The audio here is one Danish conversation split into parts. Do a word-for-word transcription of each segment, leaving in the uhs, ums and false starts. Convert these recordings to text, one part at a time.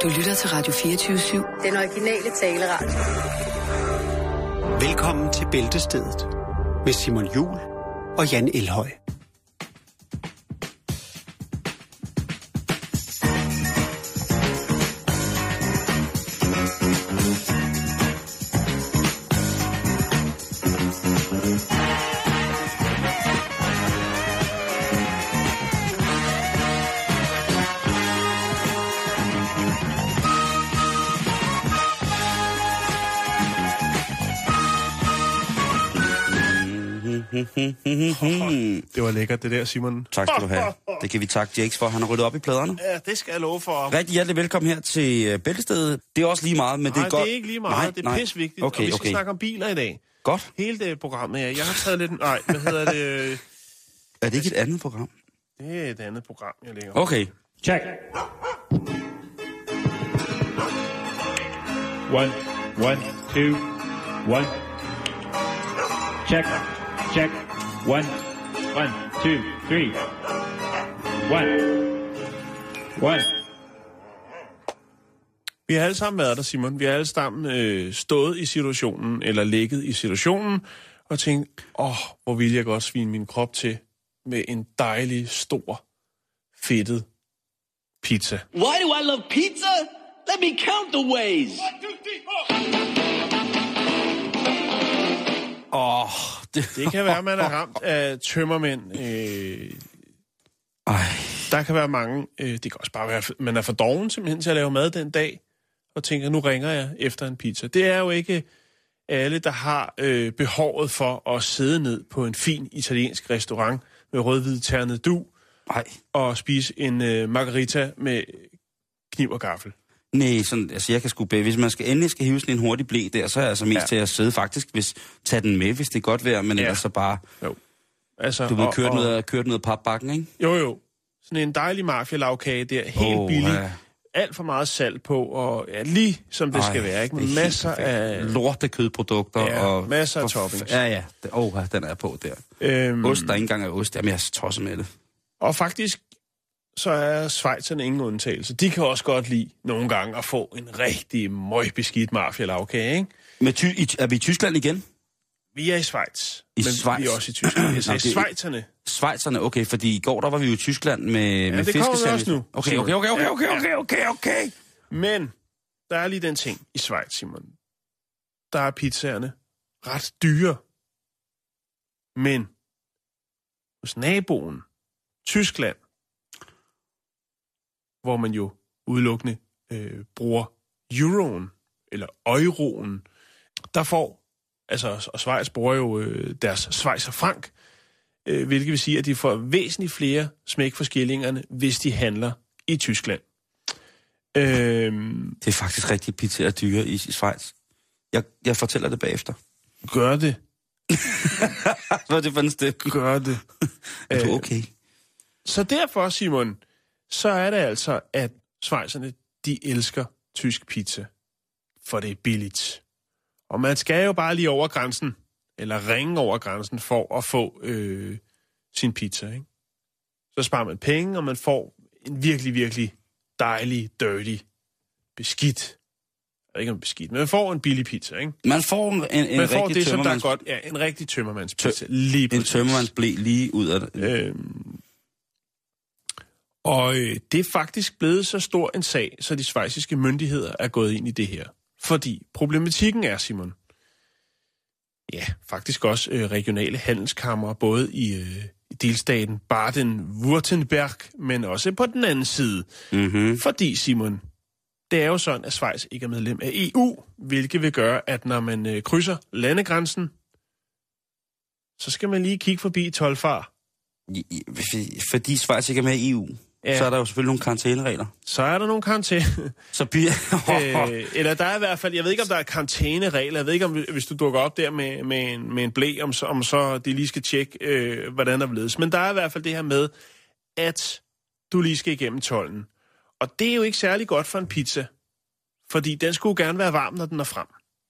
Du lytter til Radio fireogtyve syv. Den originale taleradio. Velkommen til Bæltestedet med Simon Juhl og Jan Elhøj. Det var lækkert, det der, Simon. Tak skal du have. Det kan vi takke Jakes for. Han har ryddet op i pladerne. Ja, det skal jeg love for. Rigtig hjertelig velkommen her til Bæltestedet. Det er også lige meget, men nej, det er godt. Nej, det er ikke lige meget. Nej, det er pisvigtigt. Okay, og vi skal okay. snakke om biler i dag. Godt. Hele det programmet, ja. Jeg har taget lidt... Nej, hvad hedder det? Er det ikke et andet program? Det er et andet program, jeg lægger. Okay. Check. One, one, two, one. Check, check. One, one, two, three. One, one. Vi har alle sammen været der, Simon. Vi har alle sammen øh, stået i situationen, eller ligget i situationen, og tænkt, åh, oh, hvor vil jeg godt svine min krop til med en dejlig, stor, fedtet pizza. Why do I love pizza? Let me count the ways. Åh, oh, det... Det kan være, at man er ramt af tømmermænd. Øh, Ej. Der kan være mange. Øh, det kan også bare være, at man er for doven simpelthen til at lave mad den dag, og tænker, nu ringer jeg efter en pizza. Det er jo ikke alle, der har øh, behovet for at sidde ned på en fin italiensk restaurant med rødhvid ternet du, Ej. og spise en øh, margarita med kniv og gaffel. Nej, sådan, altså jeg kan sgu bære. Hvis man skal endelig skal hive sådan en hurtig blæ der, så er jeg altså mest ja. til at sidde faktisk, hvis tage den med, hvis det er godt vejr, men ja. ellers så bare... Jo. Altså, du ved, kørt og, noget, kørt noget papbakken, ikke? Jo, jo. Sådan en dejlig mafia-lavkage der, helt oh, billig. Ja. Alt for meget salt på, og ja, lige som det Ej, skal være, ikke? Med masser af... lorte kødprodukter. Ja, og masser af toppings. Ja, ja. Åh, oh, den er på der. Øhm, ost, der ikke engang er ost. Jamen, jeg er så tosset med det. Og faktisk, så er schweizerne ingen undtagelse. De kan også godt lide nogle gange at få en rigtig møgbeskidt mafia-lavkage, ikke? Men ty- i, er vi i Tyskland igen? Vi er i Schweiz. I men Schweiz? vi er også i Tyskland. Jeg sagde schweizerne. Schweizerne, okay, fordi i går der var vi jo i Tyskland med, ja, med det kommer også nu. Okay, okay, okay, okay, okay, okay, okay, okay. Men der er lige den ting i Schweiz, Simon. Der er pizzaerne ret dyre. Men hos naboen, Tyskland, hvor man jo udelukkende øh, bruger euroen, eller euroen, der får, altså, og Schweiz bruger jo øh, deres Schweizer frank, øh, hvilket vil sige, at de får væsentligt flere smæk for skillingerne, hvis de handler i Tyskland. Øhm, det er faktisk rigtig pizzaer dyre i, i Schweiz. Jeg, jeg fortæller det bagefter. Gør det. Hvad er det for en step? Gør det. Er du okay? Så derfor, Simon, så er det altså, at schweizerne, de elsker tysk pizza, for det er billigt. Og man skal jo bare lige over grænsen, eller ringe over grænsen, for at få øh, sin pizza, ikke? Så sparer man penge, og man får en virkelig, virkelig dejlig, dirty, beskidt. Jeg ved ikke om beskidt, men man får en billig pizza, ikke? Man får en, en man får rigtig det, som der er tømmermands... godt, ja, en rigtig tømmermandspizza. Tø... Lige en tømmermandsblæ lige ud af det. Øhm... Og øh, det er faktisk blevet så stor en sag, så de schweiziske myndigheder er gået ind i det her. Fordi problematikken er, Simon, ja, faktisk også øh, regionale handelskammer, både i, øh, i delstaten Baden-Württemberg, men også på den anden side. Mm-hmm. Fordi, Simon, det er jo sådan, at Schweiz ikke er medlem af E U, hvilket vil gøre, at når man øh, krydser landegrænsen, så skal man lige kigge forbi toldfar. Fordi Schweiz ikke er med i E U, ja. Så er der jo selvfølgelig nogle karantæneregler. Så er der nogle karantæne. Så bliver... øh, eller der er i hvert fald, jeg ved ikke, om der er karantæneregler. Jeg ved ikke, om hvis du dukker op der med, med, en, med en blæ, om så, om så de lige skal tjekke, øh, hvordan der ledes. Men der er i hvert fald det her med, at du lige skal igennem tolden. Og det er jo ikke særlig godt for en pizza. Fordi den skulle gerne være varm, når den er frem.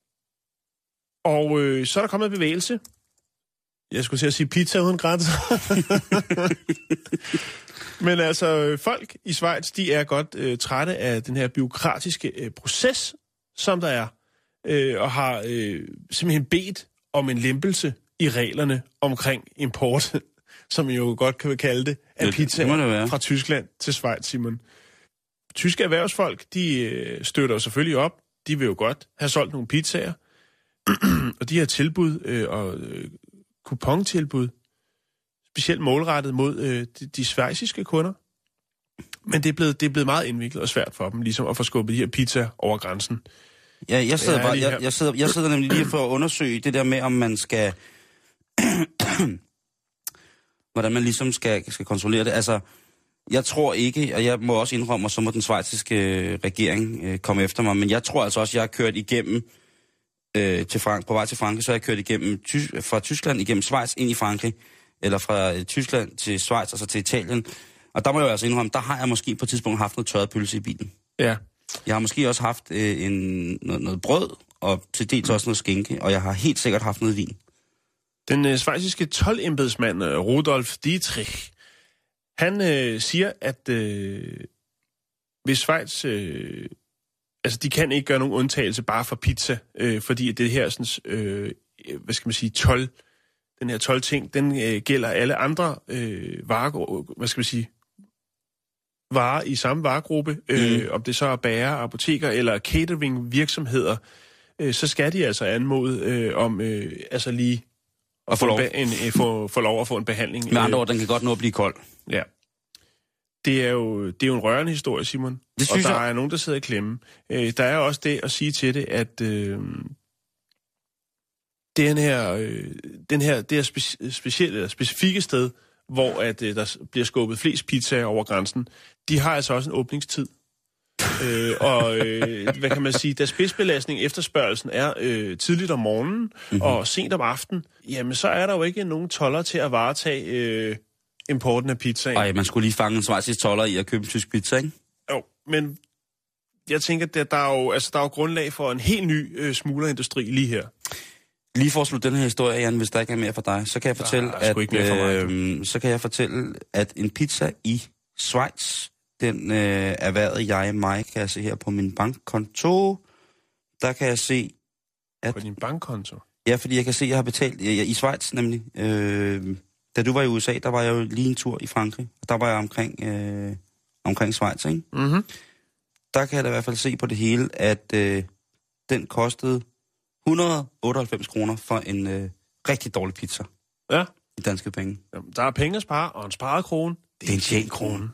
Og øh, så er der kommet bevægelse. Jeg skulle til at sige pizza uden grænser. Men altså, folk i Schweiz, de er godt øh, trætte af den her byråkratiske øh, proces, som der er, øh, og har øh, simpelthen bedt om en lempelse i reglerne omkring import, som jo godt kan kalde det, af pizza fra Tyskland til Schweiz, Simon. Tyske erhvervsfolk, de øh, støtter selvfølgelig op. De vil jo godt have solgt nogle pizzaer, og de har tilbud øh, og øh, kupontilbud, specielt målrettet mod øh, de, de schweiziske kunder. Men det er, blevet, det er blevet meget indviklet og svært for dem, ligesom at få skubbet de her pizza over grænsen. Ja, jeg sidder, bare, jeg, jeg, sidder, jeg sidder nemlig lige for at undersøge det der med, om man skal... hvordan man ligesom skal, skal kontrollere det. Altså, jeg tror ikke, og jeg må også indrømme, og så må den schweiziske regering øh, komme efter mig, men jeg tror altså også, at jeg har kørt igennem øh, til Frank, på vej til Frankrig, så har jeg kørt igennem Ty- fra Tyskland igennem Schweiz ind i Frankrig, eller fra øh, Tyskland til Schweiz og så til Italien. Og der må jeg jo altså indrømme, der har jeg måske på et tidspunkt haft noget tørret pølse i bilen. Ja. Jeg har måske også haft øh, en, noget, noget brød, og til dels også noget skinke, og jeg har helt sikkert haft noget vin. Den øh, schweiziske tolvembedsmand øh, Rudolf Dietrich, han øh, siger, at øh, hvis Schweiz, øh, altså de kan ikke gøre nogen undtagelse bare for pizza, øh, fordi det her sådan, øh, hvad skal man sige, tolv, den her tolv ting, den øh, gælder alle andre øh, varer, hvad skal man sige, varer i samme varegruppe, øh, mm. om det så er bager, apoteker eller catering virksomheder, øh, så skal de altså anmode øh, om øh, altså lige at få lov. En, en, få, få lov at få en behandling. Med andre ord, den kan godt nå at blive kold. Ja. Det er jo, det er jo en rørende historie, Simon. Det synes og der jeg. er nogen, der sidder i klemme. Øh, der er også det at sige til det, at øh, den her, øh, den her, det her speci- specielle, specifikke sted, hvor at, øh, der bliver skubbet flest pizzaer over grænsen, de har altså også en åbningstid. øh, og øh, hvad kan man sige, da spidsbelastning efterspørgelsen er øh, tidligt om morgenen mm-hmm. og sent om aftenen, jamen så er der jo ikke nogen toller til at varetage øh, importen af pizzaen. Ej, man skulle lige fange en schweizisk toller i at købe en tysk pizza, ikke? Jo, men jeg tænker, at der er jo, altså, der er jo grundlag for en helt ny øh, smuglerindustri lige her. Lige for at slutte den her historie, Jan, hvis der ikke er mere for dig, så kan jeg fortælle, der er at øh, så kan jeg fortælle, at en pizza i Schweiz, den øh, erhvervede jeg mig, kan jeg se her på min bankkonto. Der kan jeg se, at... På din bankkonto? Ja, fordi jeg kan se, at jeg har betalt ja, i Schweiz nemlig. Øh, da du var i U S A, der var jeg jo lige en tur i Frankrig. Der var jeg omkring, øh, omkring Schweiz, ikke? Mm-hmm. Der kan jeg da i hvert fald se på det hele, at øh, den kostede et hundrede og otteoghalvfems kroner for en øh, rigtig dårlig pizza. Ja. I danske penge. Jamen, der er penge at spare, og en sparet krone, det er en tjent krone.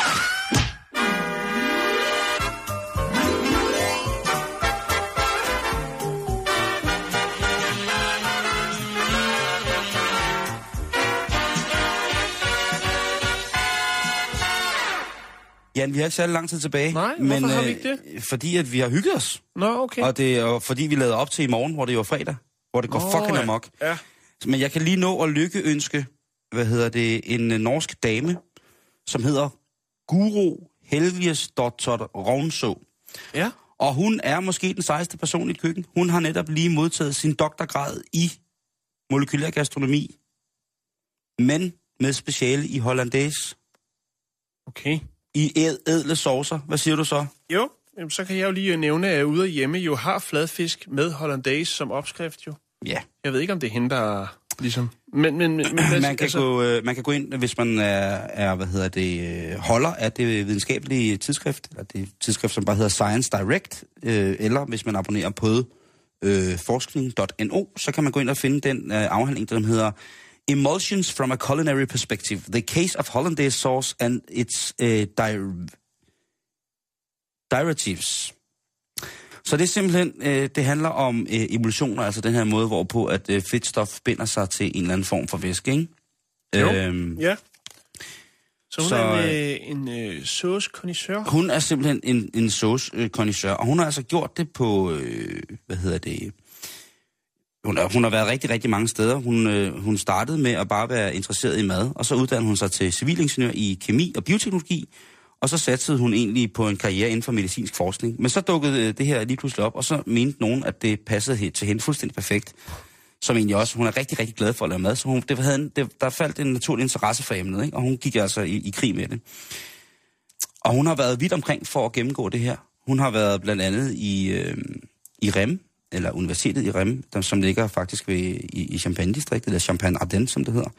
Jan, vi har ikke særlig lang tid tilbage. Nej, men, hvorfor har vi øh, ikke det? Fordi at vi har hygget os. Nå, okay. Og det er jo fordi, vi lavede op til i morgen, hvor det var fredag. Hvor det går Nå, fucking ja. amok. Ja. Men jeg kan lige nå at lykkeønske, hvad hedder det, en uh, norsk dame, som hedder Guro Helgesdotter Rovnså. Ja. Og hun er måske den sejeste person i et køkken. Hun har netop lige modtaget sin doktorgrad i molekylær gastronomi, men med speciale i hollandaise. Okay. I æd- ædle saucer. Hvad siger du så? Jo, jamen, så kan jeg jo lige nævne, at jeg ude og hjemme jo har fladfisk med hollandaise som opskrift jo. Ja. Jeg ved ikke, om det er hende, der er ligesom... Men, men, men, men man, kan altså... gå, øh, man kan gå ind, hvis man er, er hvad hedder det, holder af det videnskabelige tidsskrift, eller det tidsskrift, som bare hedder Science Direct, øh, eller hvis man abonnerer på øh, forskning punktum n o, så kan man gå ind og finde den øh, afhandling, der hedder Emulsions from a Culinary Perspective, The Case of Hollandaise Sauce and its uh, di- Derivatives. Så det er simpelthen, øh, det handler om øh, emulsioner, altså den her måde, hvorpå at øh, fedtstof binder sig til en eller anden form for væske, ikke? Jo, øhm, ja. Så hun så, er en, øh, en øh, sauce-kondisseur? Hun er simpelthen en, en sauce-kondisseur, og hun har altså gjort det på, øh, hvad hedder det... Hun, er, hun har været rigtig, rigtig mange steder. Hun, øh, hun startede med at bare være interesseret i mad, og så uddannede hun sig til civilingeniør i kemi og bioteknologi, og så satsede hun egentlig på en karriere inden for medicinsk forskning. Men så dukkede det her lige pludselig op, og så mente nogen, at det passede til hende fuldstændig perfekt. som egentlig også, hun er rigtig, rigtig glad for at lave mad, så hun, det havde en, det, der faldt en naturlig interesse for emnet, ikke? Og hun gik altså i, i krig med det. Og hun har været vidt omkring for at gennemgå det her. Hun har været blandt andet i, øh, i Rennes, eller universitetet i Rennes, der, som ligger faktisk ved, i, i Champagne-distriktet, eller Champagne-Ardenne, som det hedder.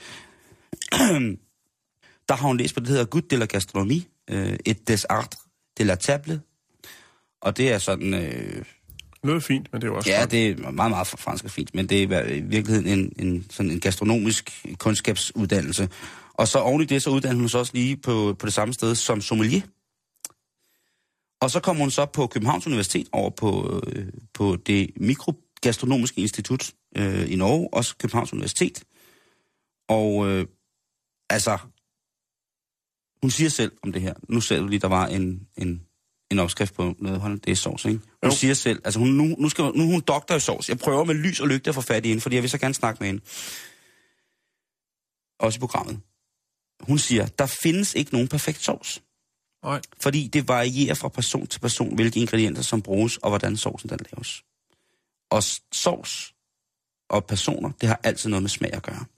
Der har hun læst på det, der hedder Goût de la gastronomie, øh, et des arts de la table. Og det er sådan... Øh, Noget fint, men det er jo også Ja, fransk. det er meget, meget fransk og fint, men det er i virkeligheden en, en, sådan en gastronomisk kundskabsuddannelse. Og så oven i det, så uddanner hun sig også lige på, på det samme sted som sommelier. Og så kommer hun så på Københavns Universitet over på, øh, på det mikrogastronomiske institut øh, i Norge, også Københavns Universitet. Og øh, altså, hun siger selv om det her. Nu ser du lige, der var en, en, en opskrift på noget hollandaise sovs, ikke? Hun jo. siger selv, altså hun, nu, nu, skal, nu er hun doktor i sovs. Jeg prøver med lys og lygte at få fat i hende, fordi jeg vil så gerne snakke med hende. Også i programmet. Hun siger, der findes ikke nogen perfekt sovs. Nej. Fordi det varierer fra person til person, hvilke ingredienser som bruges, og hvordan sovsen den laves. Og sovs og personer, det har altid noget med smag at gøre.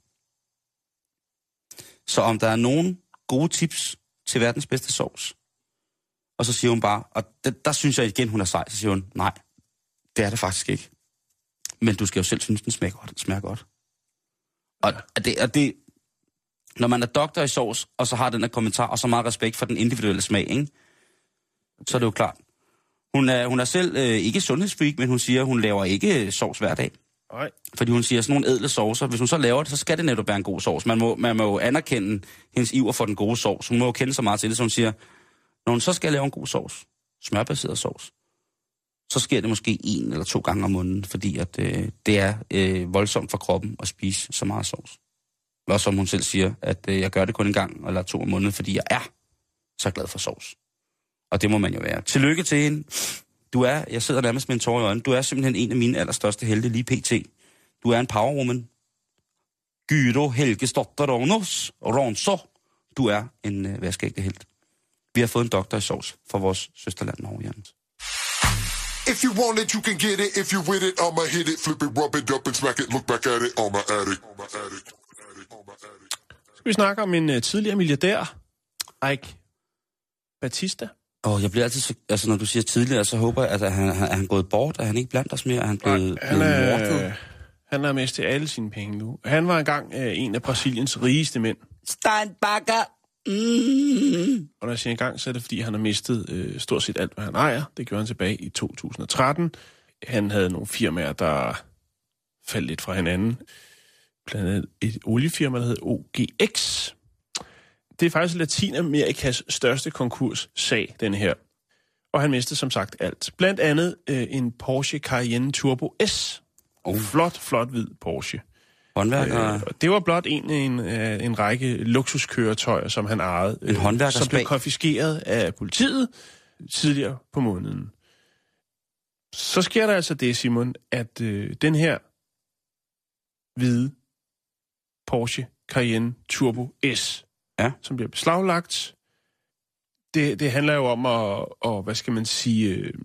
Så om der er nogen gode tips til verdens bedste sovs, og så siger hun bare, og det, der synes jeg igen, hun er sej, så siger hun, nej, det er det faktisk ikke. Men du skal jo selv synes, den smager godt. Den smager godt. Og ja. det, og det, når man er doktor i sovs, og så har den her kommentar, og så meget respekt for den individuelle smag, ikke? Så er det jo klart. Hun er, hun er selv øh, ikke sundhedsfreak, men hun siger, hun laver ikke sovs hver dag. Nej. Fordi hun siger, sådan nogle ædle sovser, hvis hun så laver det, så skal det netop være en god sovs. Man må, man må jo anerkende hendes iver for den gode sovs. Hun må jo kende så meget til det, så hun siger, når hun så skal lave en god sovs, smørbaseret sovs, så sker det måske en eller to gange om måneden, fordi at, øh, det er øh, voldsomt for kroppen at spise så meget sovs. Og som hun selv siger, at øh, jeg gør det kun en gang eller to om måneden, fordi jeg er så glad for sovs. Og det må man jo være. Tillykke til hende. Du er, jeg sidder nærmest med en tår i øjnene, du er simpelthen en af mine allerstørste helte lige pt. Du er en powerwoman. Gyro Helge Stotter Rognos Ronso. Du er en øh, vaskeægte helt. Vi har fået en doktor i sovs fra vores søsterland Norge, Jens. If you want it, you can get it. If you with it, I'ma hit it, flip it, rub it up and smack it, look back at it, I'ma add it. Skal vi snakke om en uh, tidligere milliardær, Ike Batista? Åh, oh, jeg bliver altid så, altså når du siger tidligere, så håber jeg, at han, han, er han gået bort, er han ikke blandt os mere, er han blevet, Nej, han blevet er, mordet? Han har mistet alle sine penge nu. Han var engang uh, en af Brasiliens rigeste mænd. Steinbacher! Mm. Og når jeg siger engang, så er det, fordi han har mistet uh, stort set alt, hvad han ejer. Det gjorde han tilbage i to tusind og tretten. Han havde nogle firmaer, der faldt lidt fra hinanden. Blandt andet et oliefirma, der hed O G X. Det er faktisk Latinamerikas største konkurssag, den her. Og han mistede som sagt alt. Blandt andet øh, en Porsche Cayenne Turbo S. Oh. Flot, flot hvid Porsche. Håndværker... Øh, det var blot en, en, en række luksuskøretøjer, som han ejede. En håndværker som blev konfiskeret af politiet tidligere på måneden. Så sker der altså det, Simon, at øh, den her hvide Porsche Cayenne Turbo S, ja. som bliver beslaglagt. Det, det handler jo om at, og, hvad skal man sige, øh,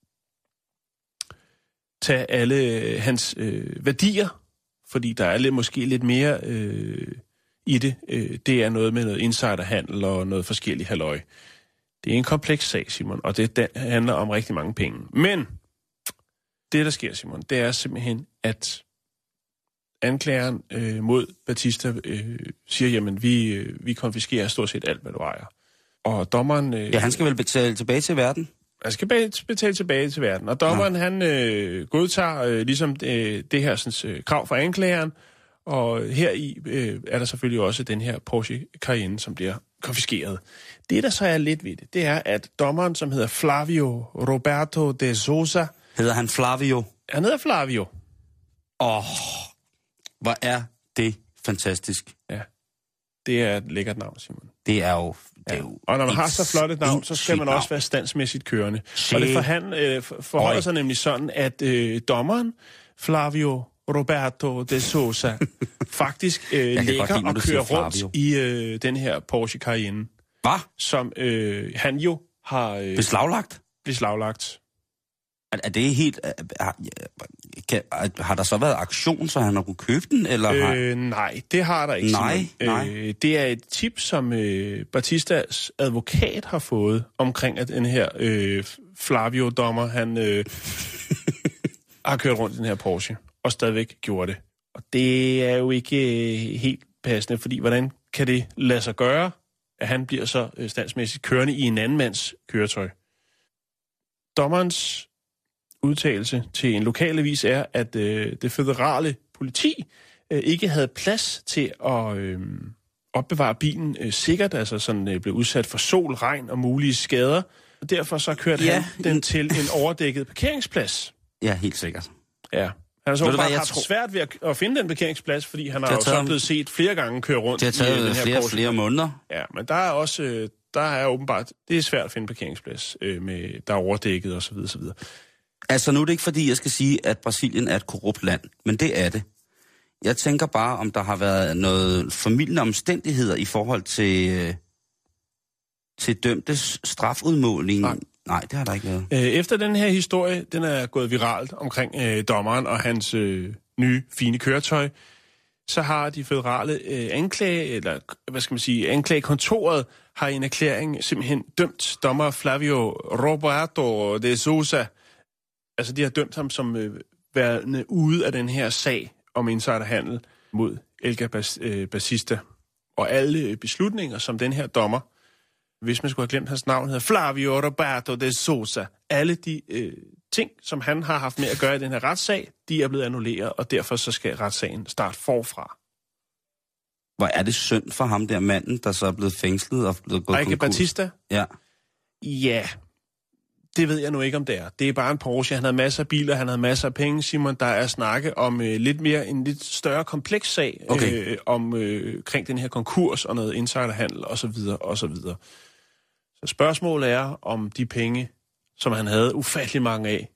tage alle hans øh, værdier, fordi der er lidt, måske lidt mere øh, i det. Øh, det er noget med noget insiderhandel og noget forskelligt halløj. Det er en kompleks sag, Simon, og det den handler om rigtig mange penge. Men det, der sker, Simon, det er simpelthen, at anklageren øh, mod Batista øh, siger, jamen, vi, øh, vi konfiskerer stort set alt, hvad du ejer. Og dommeren... Øh, ja, han skal vel betale tilbage til verden? Han skal betale tilbage til verden. Og dommeren, ja. han øh, godtager øh, ligesom øh, det her sådan, øh, krav fra anklageren. Og her i øh, er der selvfølgelig også den her Porsche Cayenne, som bliver konfiskeret. Det, der så er lidt ved det, det er, at dommeren, som hedder Flavio Roberto de Souza... Hedder han Flavio? Han hedder Flavio. Åh... Oh. Hvor er det fantastisk. Ja, det er et lækkert navn, Simon. Det er jo... Det er ja. jo og når man har så flot et navn, så skal man også være standsmæssigt kørende. Og det forhand, øh, forholder Oi. sig nemlig sådan, at øh, dommeren, Flavio Roberto de Souza, faktisk øh, ligger og kører rundt i øh, den her Porsche Cayenne. Hvad? Som øh, han jo har... Øh, beslaglagt? Beslaglagt. Er, er det helt... Er, har, kan, har der så været aktion, så han har kunne købe den, eller har... Øh, nej, det har der ikke. Nej, nej. Øh, det er et tip, som øh, Batistas advokat har fået omkring, at den her øh, Flavio-dommer, han øh, har kørt rundt i den her Porsche, og stadigvæk gjorde det. Og det er jo ikke øh, helt passende, fordi hvordan kan det lade sig gøre, at han bliver så øh, standsmæssigt kørende i en anden mands køretøj? Dommerens udtalelse til en lokalavis er, at øh, det føderale politi øh, ikke havde plads til at øh, opbevare bilen øh, sikkert, altså sådan øh, blev udsat for sol, regn og mulige skader. Og derfor så kørte ja. han den til en overdækket parkeringsplads. Ja, helt sikkert. Ja. Han har så bare haft tro... svært ved at, at finde den parkeringsplads, fordi han har jo så blevet set flere gange køre rundt i den her Porsche. Det har taget flere, flere måneder. Ja, men der er også... Øh, der er åbenbart... Det er svært at finde parkeringsplads, øh, med, der er overdækket og så videre, så videre. Altså, nu er det ikke fordi, jeg skal sige, at Brasilien er et korrupt land, men det er det. Jeg tænker bare, om der har været noget formildende omstændigheder i forhold til, til dømtes strafudmåling. Nej. Nej, det har der ikke været. Efter den her historie, den er gået viralt omkring øh, dommeren og hans øh, nye, fine køretøj, så har de føderale øh, anklage, eller hvad skal man sige, anklagekontoret har i en erklæring simpelthen dømt dommer Flavio Roberto de Sousa. Altså, de har dømt ham som øh, værende ude af den her sag om insiderhandel mod Elga Bas, øh, Batista. Og alle beslutninger, som den her dommer, hvis man skulle have glemt hans navn, hedder Flavio Roberto de Sousa. Alle de øh, ting, som han har haft med at gøre i den her retssag, de er blevet annulleret, og derfor så skal retssagen starte forfra. Hvor er det synd for ham der manden, der så er blevet fængslet og blevet gået konkurs? Elga Batista? Ja. Ja, det ved jeg nu ikke, om det er. Det er bare en Porsche. Han havde masser af biler, han havde masser af penge. Simon, der er snakke om øh, lidt mere, en lidt større kompleks sag, okay. øh, om øh, kring den her konkurs og noget insiderhandel og så videre og så videre. Så spørgsmålet er, om de penge, som han havde ufattelig mange af,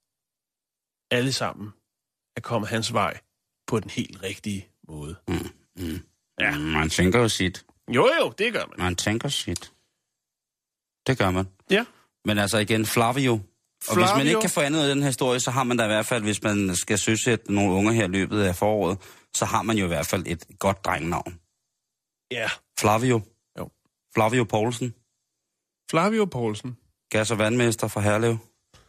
alle sammen er kommet hans vej på den helt rigtige måde. Mm, mm. Ja, man tænker jo sit. Jo, jo, det gør man. Man tænker sit. Det gør man. Ja. Men altså igen, Flavio. Og Flavio. Hvis man ikke kan få andet af den her historie, så har man da i hvert fald, hvis man skal søsætte nogle unger her i løbet af foråret, så har man jo i hvert fald et godt drengenavn. Ja. Flavio. Jo. Flavio Poulsen. Flavio Poulsen. Gas- og vandmester fra Herlev.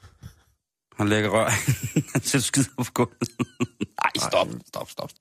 Han lægger rør. Han sætter skider på gulvet. Nej, stop, stop, stop.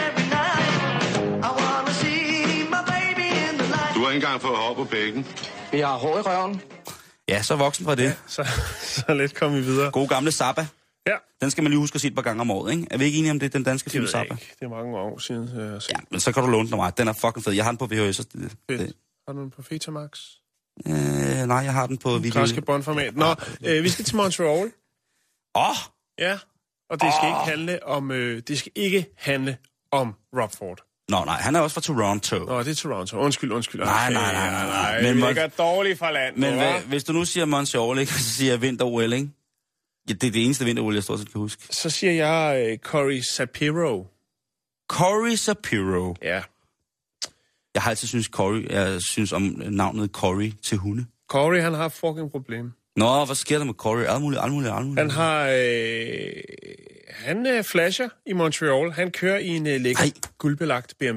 Du har ikke engang fået hår på bækken. Vi har hår i røven. Ja, så voksen var det. Ja, så, så lidt kom vi videre. God gamle Zappa. Ja. Den skal man lige huske at se et par gange om året, ikke? Er vi ikke enige om det, den danske film Zappa? Det er mange år siden. Jeg ja, men så kan du låne den af mig. Den er fucking fed. Jeg har den på V H S. Det, det. Har du den på Betamax? Øh, nej, jeg har den på video. Græske båndformat. Nå, øh, vi skal til Montreal. Åh! Oh. Ja, og det skal oh. ikke handle om øh, det skal ikke handle om Rob Ford. Nå, nej, han er også fra Toronto. Nå, det er Toronto. Undskyld, undskyld. Nej, nej, nej, nej, nej. Men vi ligger dårligt fra land. Men hvad, hvis du nu siger Montreal, ikke, så siger jeg vinter-O L, ikke? Ja, det er det eneste vinter-O L, jeg stort set kan huske. Så siger jeg uh, Corey Shapiro. Corey Shapiro? Ja. Jeg har altid synes Corey, jeg synes om navnet Corey til hunde. Corey, han har fucking problem. Nå, hvad sker der med Corey? Alt muligt, alt muligt, alt muligt. Han har... Øh, han øh, flasher i Montreal. Han kører i en øh, lækker guldbelagt B M W.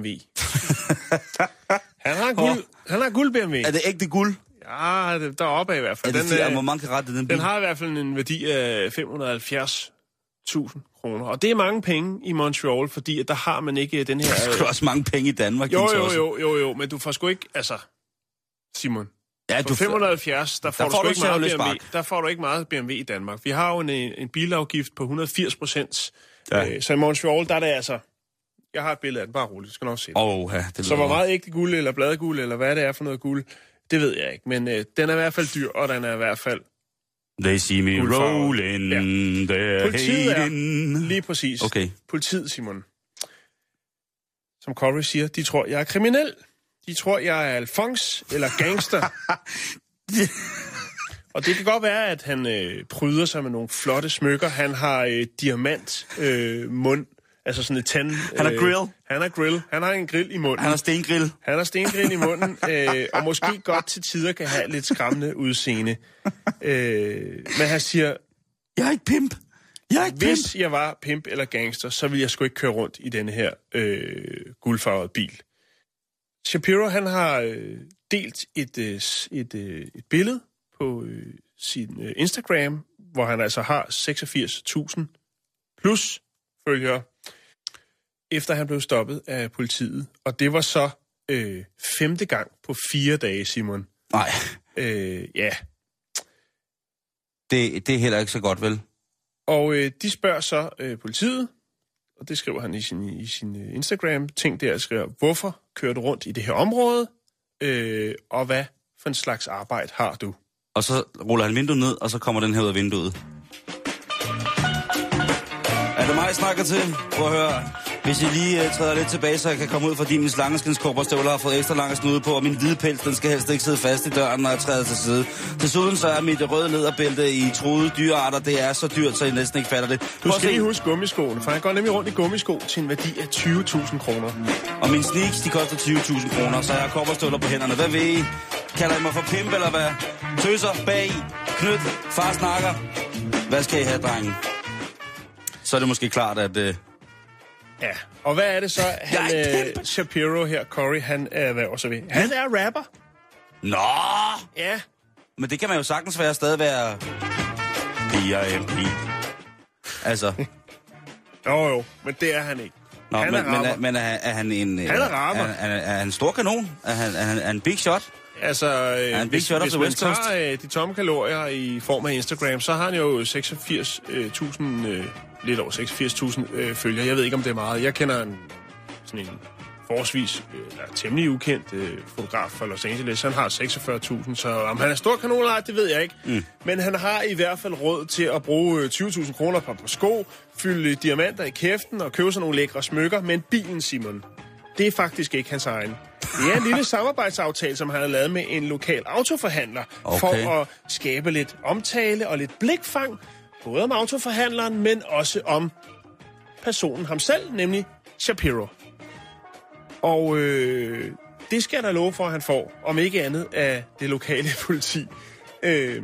han har guld, oh. han har guld B M W. Er det ægte guld? Ja, det, deroppe i hvert fald. Er det den, øh, hvor mange kan rette den bil? Den har i hvert fald en værdi af fem hundrede og halvfjerds tusind kroner. Og det er mange penge i Montreal, fordi at der har man ikke den her... Der er også mange penge i Danmark. Jo, jo, jo, jo, jo, men du får sgu ikke... Altså, Simon... Ja, du fem hundrede og halvfjerds, der får, der får du, du ikke meget B M W. Der får du ikke meget B M W i Danmark. Vi har jo en, en bilafgift på et hundrede og firs procent. Ja. Øh, så i Montreal, der er det altså... Jeg har et billede af den, bare roligt, du skal nok se det. Oh, ja, det så hvor meget ægte guld eller bladguld, eller hvad det er for noget guld, det ved jeg ikke. Men øh, den er i hvert fald dyr, og den er i hvert fald... They see me rolling, ja. They're Politiet hating. Er, lige præcis. Okay. Politiet, Simon. Som Corey siger, de tror, jeg er kriminel. De tror, jeg er Alphonse eller gangster. Og det kan godt være, at han øh, pryder sig med nogle flotte smykker. Han har øh, diamant øh, mund, altså sådan et tand... Øh, han har grill. Han har grill. Han har en grill i munden. Han har stengrill. Han har stengrill i munden, øh, og måske godt til tider kan have lidt skræmmende udseende. Øh, men han siger, Jeg er ikke pimp. Jeg er ikke Hvis pimp. jeg var pimp eller gangster, så ville jeg sgu ikke køre rundt i denne her øh, guldfarvede bil. Shapiro, han har øh, delt et, øh, et, øh, et billede på øh, sin øh, Instagram, hvor han altså har seksogfirs tusind plus følgere, efter han blev stoppet af politiet. Og det var så øh, femte gang på fire dage, Simon. Nej. Øh, ja. Det, det er heller ikke så godt, vel? Og øh, de spørger så øh, politiet, og det skriver han i sin, i sin øh, Instagram-ting der, skriver, hvorfor kører du rundt i det her område, øh, og hvad for en slags arbejde har du? Og så ruller han vinduet ned, og så kommer den her ud af vinduet. Er det mig, jeg snakker til? Prøv at høre. Hvis I lige uh, træder lidt tilbage, så jeg kan komme ud, fordi min slangeskinskobberstøvler har fået ekstra lange snude på, og min hvide pels, den skal helst ikke sidde fast i døren, når jeg træder til side. Desuden så er mit røde læderbælte i truede dyrearter, det er så dyrt, så I næsten ikke fatter det. Du skal lige huske gummiskoene, for han går nemlig rundt i gummisko til en værdi af tyve tusind kroner. Og mine sneaks, de koster tyve tusind kroner, så jeg har kobberstøvler på hænderne. Hvad ved I? Kalder I mig for pimp, eller hvad? Tøser, bag, knyt, far snakker. Hvad skal I have, drenge? Så er det måske klart, at... Øh... Ja, og hvad er det så, han, Jeg øh, Shapiro her, Corey, han er, hvad også ved? Han er rapper. Nå! Ja. Men det kan man jo sagtens være stadig være... P I M P. Altså... Jo jo, men det er han ikke. Nå, han men, er men, rapper. er, men er, er han en... Han er rapper. Er, er, er han en stor kanon? Er han, er han er en big shot? Altså, øh, en big hvis, shot hvis of the man West Coast? tager øh, de tomme kalorier i form af Instagram, så har han jo seksogfirs tusind, øh, lidt over seksogfirs tusind øh, følgere. Jeg ved ikke, om det er meget. Jeg kender en, sådan en forholdsvis, øh, eller temmelig ukendt øh, fotograf fra Los Angeles. Han har seksogfyrre tusind, så om han er stor kanon eller ej, det ved jeg ikke. Mm. Men han har i hvert fald råd til at bruge tyve tusind kroner på, på sko, fylde diamanter i kæften og købe sådan nogle lækre smykker. Men bilen, Simon, det er faktisk ikke hans egen. Det er en lille samarbejdsaftale, som han har lavet med en lokal autoforhandler, okay, for at skabe lidt omtale og lidt blikfang, både om autoforhandleren, men også om personen ham selv, nemlig Shapiro. Og øh, det skal der love for, at han får, om ikke andet af det lokale politi. Øh,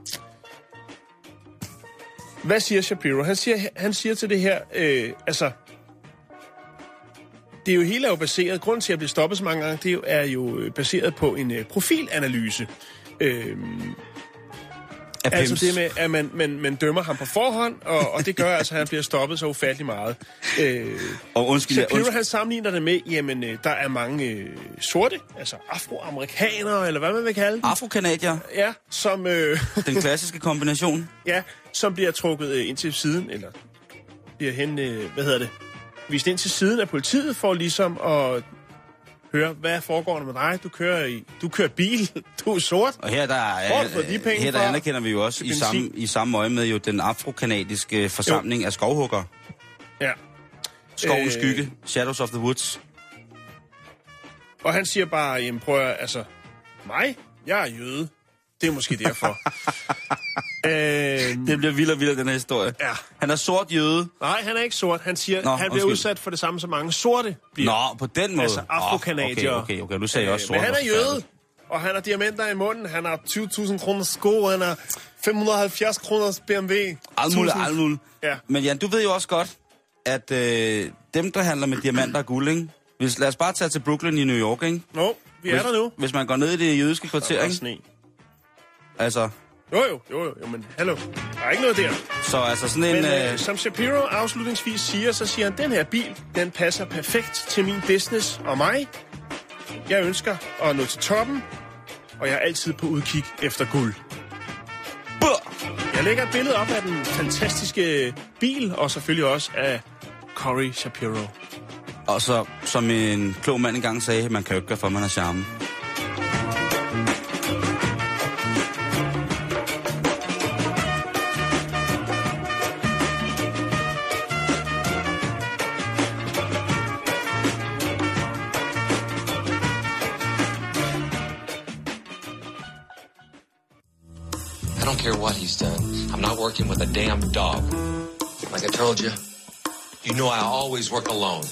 hvad siger Shapiro? Han siger, han siger til det her, øh, altså... Det er jo hele er jo baseret, grunden til at blive stoppet så mange gange, det er jo, er jo baseret på en uh, profilanalyse. Øhm, altså det med, at man, man, man dømmer ham på forhånd, og, og det gør altså, at han bliver stoppet så ufattelig meget. Øh, og undskyld, Shapiro, undskyld. han sammenligner det med, jamen, øh, der er mange øh, sorte, altså afroamerikanere, eller hvad man vil kalde dem. Afrokanadier. Ja, som... Øh, Den klassiske kombination. Ja, som bliver trukket øh, ind til siden, eller bliver hen, øh, hvad hedder det? vist ind til siden af politiet for ligesom at høre, hvad foregår der med dig? Du kører i, du kører bil, du er sort. Og her der, er, de penge her der anerkender vi jo også i samme, i samme øje med jo den afrokanadiske forsamling jo. Af skovhugger. Ja. Skovens øh, skygge, Shadows of the Woods. Og han siger bare, jamen prøv at, altså, mig? Jeg er jøde. Det er måske derfor. øhm, det bliver vild og vild, den her historie. Ja. Han er sort jøde. Nej, han er ikke sort. Han siger, Nå, han bliver undskyld. udsat for det samme, som mange sorte bliver. Nå, på den måde. Altså afrokanadier. Oh, okay, okay, okay. Nu sagde jeg også sort. Men han er jøde, og han har diamanter i munden. Han har tyve tusind kroner sko, han har fem hundrede og halvfjerds kroners B M W. Alt muligt, alt muligt. Ja. Men Jan, du ved jo også godt, at øh, dem, der handler med diamanter og guld, ikke? Hvis, lad os bare tage til Brooklyn i New York, ikke? Nå, vi er hvis, der nu. Hvis man går ned i det jødiske kvarter, ikke? Sne. Altså... Jo, jo, jo, jo, jo, men hallo. Der er ikke noget der. Så altså sådan en... Men øh, øh... som Shapiro afslutningsvis siger, så siger han, den her bil, den passer perfekt til min business og mig. Jeg ønsker at nå til toppen, og jeg er altid på udkig efter guld. Buh! Jeg lægger et billede op af den fantastiske bil, og selvfølgelig også af Corey Shapiro. Og så, som en klog mand engang sagde, man kan jo ikke gøre for, man har charme. I don't care what he's done. I'm not working with a damn dog. Like I told you, you know I always work alone.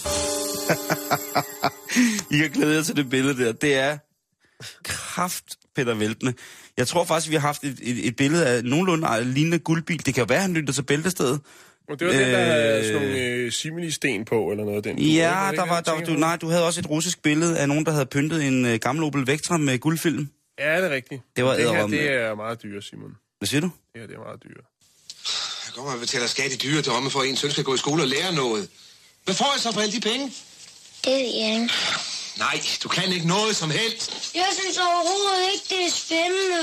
I kan glæde jer til det billede der. Det er kraft Peter Væltende. Jeg tror faktisk, vi har haft et, et, et billede af nogenlunde lignende guldbil. Det kan jo være, han lytter til Bæltestedet. Og det var øh, den, der havde sådan nogle øh, simili-sten på, eller noget af den. Ja, var, der var, der, du, nej, du havde også et russisk billede af nogen, der havde pyntet en øh, gammel Opel Vectra med guldfilm. Ja, det er rigtigt. Det var det her, det er meget dyre, Simon. Hvad siger du? Det her, det er meget dyre. Jeg kommer og betaler skat i dyre domme for, at en søn skal gå i skole og lære noget. Hvad får jeg så for alle de penge? Det ved jeg ikke. Nej, du kan ikke noget som helst. Jeg synes overhovedet ikke, det er spændende.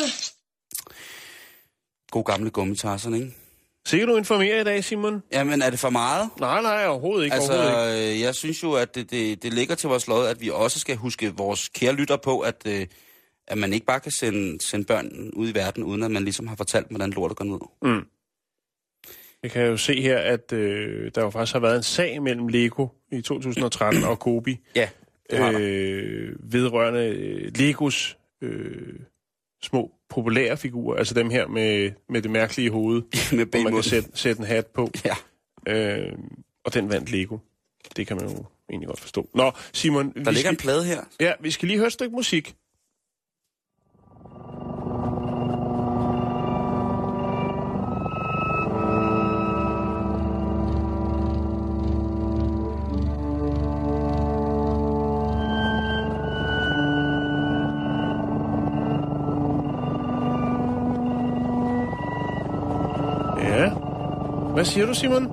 God gamle gummitarserne, ikke? Sikkert du informerer i dag, Simon? Jamen, er det for meget? Nej, nej, overhovedet ikke. Altså, overhovedet ikke. jeg synes jo, at det, det, det ligger til vores lod, at vi også skal huske vores kære lytter på, at, øh, at man ikke bare kan sende, sende børn ud i verden, uden at man ligesom har fortalt, hvordan lortet går ned. Mm. Jeg kan jo se her, at øh, der jo faktisk har været en sag mellem Lego i to tusind og tretten og Kobi. Ja, det har øh, vedrørende øh, Legos øh, små populære figurer, altså dem her med, med det mærkelige hoved, med hvor man kan sætte, sætte en hat på. Ja. Øh, og den vandt Lego. Det kan man jo egentlig godt forstå. Nå, Simon... Der ligger skal, en plade her. Ja, vi skal lige høre et stykke musik. Hvad siger du, Simon?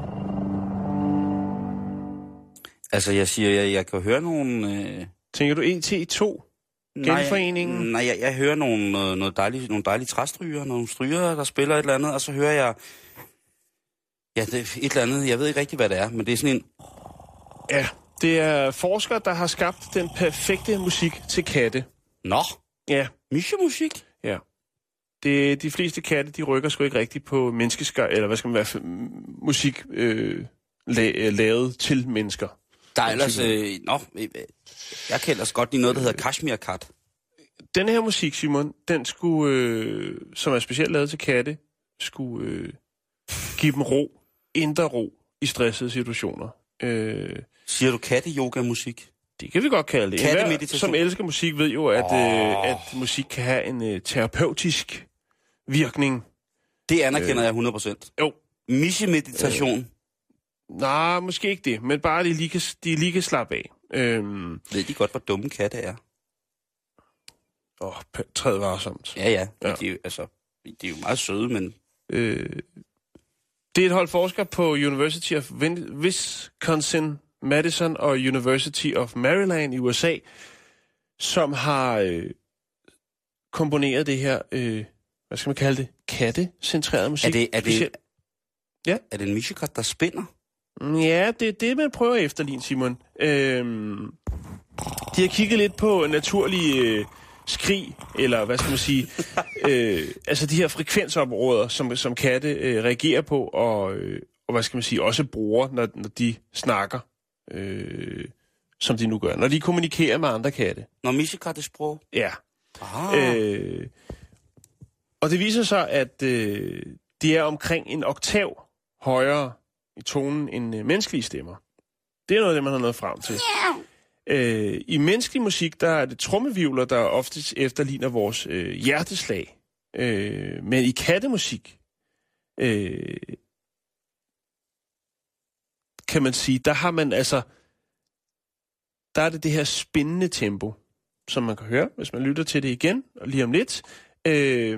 Altså, jeg siger, jeg, jeg kan høre nogle... Øh... Tænker du E T to? Genforeningen? Nej, nej jeg, jeg hører nogle, noget, noget dejlige, nogle dejlige træstryger, nogle stryger, der spiller et eller andet, og så hører jeg... Ja, det er et eller andet, jeg ved ikke rigtig, hvad det er, men det er sådan en... Ja, det er forskere, der har skabt den perfekte musik til katte. Nå? Ja. Mische-musik? Ja. Det, de fleste katte, de rykker sgu ikke rigtigt på menneskeskør, eller hvad skal man være, musik øh, la- lavet til mennesker. Der er ellers, øh, nå, jeg kan ellers godt lide noget, der hedder Kashmir Kat. Den her musik, Simon, den skulle, øh, som er specielt lavet til katte, skulle øh, give dem ro, indre ro i stressede situationer. Øh, Siger du katte-yoga-musik? Det kan vi godt kalde det. Enhver, som elsker musik, ved jo, at, oh. øh, at musik kan have en øh, terapeutisk virkning. Det anerkender øh, jeg hundrede procent. Jo. Mische-meditation. Øh, nej, måske ikke det, men bare de lige kan, de lige kan slappe af. Øhm, ved de godt, hvor dumme katte er? Åh, oh, træd varsomt. Ja, ja. ja. De, er jo, altså, de er jo meget søde, men... Øh, det er et hold forskere på University of Wisconsin, Madison og University of Maryland i U S A, som har øh, komponeret det her, øh, hvad skal man kalde det, kattecentreret musik. Er det, er det, ja? Er det en mishikat, der spinner? Ja, det er det, man prøver efter, Lin Simon. Øhm, de har kigget lidt på naturlige øh, skrig, eller hvad skal man sige, øh, altså de her frekvensområder, som, som katte øh, reagerer på, og, øh, og hvad skal man sige, også bruger, når, når de snakker. Øh, som de nu gør, når de kommunikerer med andre katte. Når mishikat er sprog? Ja. Øh, og det viser sig, at øh, de er omkring en oktav højere i tonen end øh, menneskelige stemmer. Det er noget af det, man har nået frem til. Yeah. Øh, I menneskelig musik, der er det trommevivler, der oftest efterligner vores øh, hjerteslag. Øh, men i kattemusik, øh, kan man sige, der har man altså, der er det det her spændende tempo, som man kan høre, hvis man lytter til det igen, og lige om lidt. Øh,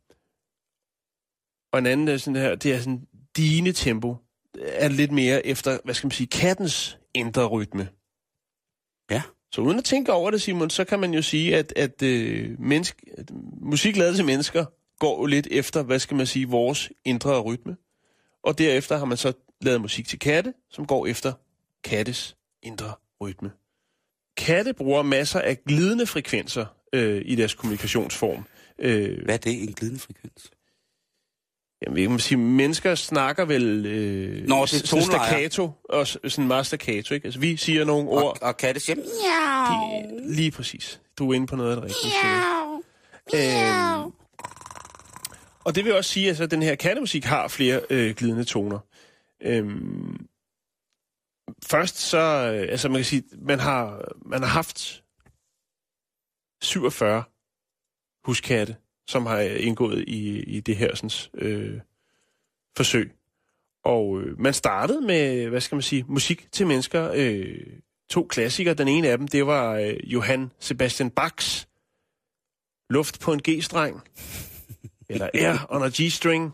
og en anden er sådan her, det er sådan dine tempo, er lidt mere efter, hvad skal man sige, kattens indre rytme. Ja. Så uden at tænke over det, Simon, så kan man jo sige, at, at, øh, menneske, at musik lavet til mennesker går jo lidt efter, hvad skal man sige, vores indre rytme. Og derefter har man så lavet musik til katte, som går efter kattes indre rytme. Katte bruger masser af glidende frekvenser øh, i deres kommunikationsform. Øh, Hvad er det, en glidende frekvens? Jamen, jeg kan sige, mennesker snakker vel øh, Nå, det er staccato, og sådan meget staccato, ikke? Altså, vi siger nogle ord. Og, og katte siger, miau. De, lige præcis. Du er inde på noget af det rigtige. Miau. Miau. Øh, og det vil også sige, at altså, den her kattemusik har flere øh, glidende toner. Øhm, først så, øh, altså man kan sige, man har, man har haft syvogfyrre huskatte som har indgået i, i det her sådan, øh, forsøg. Og øh, man startede med, hvad skal man sige, musik til mennesker. Øh, to klassikere. Den ene af dem, det var øh, Johann Sebastian Bachs Luft på en G-streng. Eller Air on a G-string.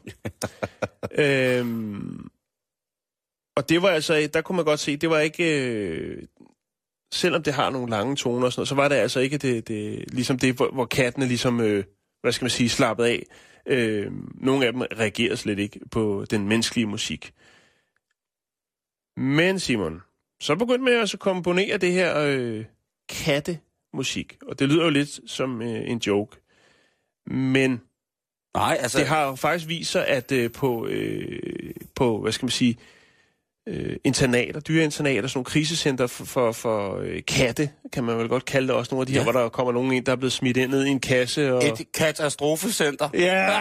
øhm, og det var altså, der kunne man godt se, det var ikke, øh, selvom det har nogle lange toner og sådan noget, så var det altså ikke det, det ligesom det, hvor, hvor kattene ligesom, øh, hvad skal man sige, slappede af. Øh, nogle af dem reagerede slet ikke på den menneskelige musik. Men Simon, så begyndte man altså at komponere det her øh, kattemusik, og det lyder jo lidt som øh, en joke. Men nej, altså det har jo faktisk vist sig, at øh, på, øh, på, hvad skal man sige, øh, internater, dyreinternater, sådan nogle krisecenter for, for, for øh, katte, kan man vel godt kalde det også, nogle af de ja. her, hvor der kommer nogen ind, der er blevet smidt ind ned i en kasse. Og... Et katastrofecenter. Ja.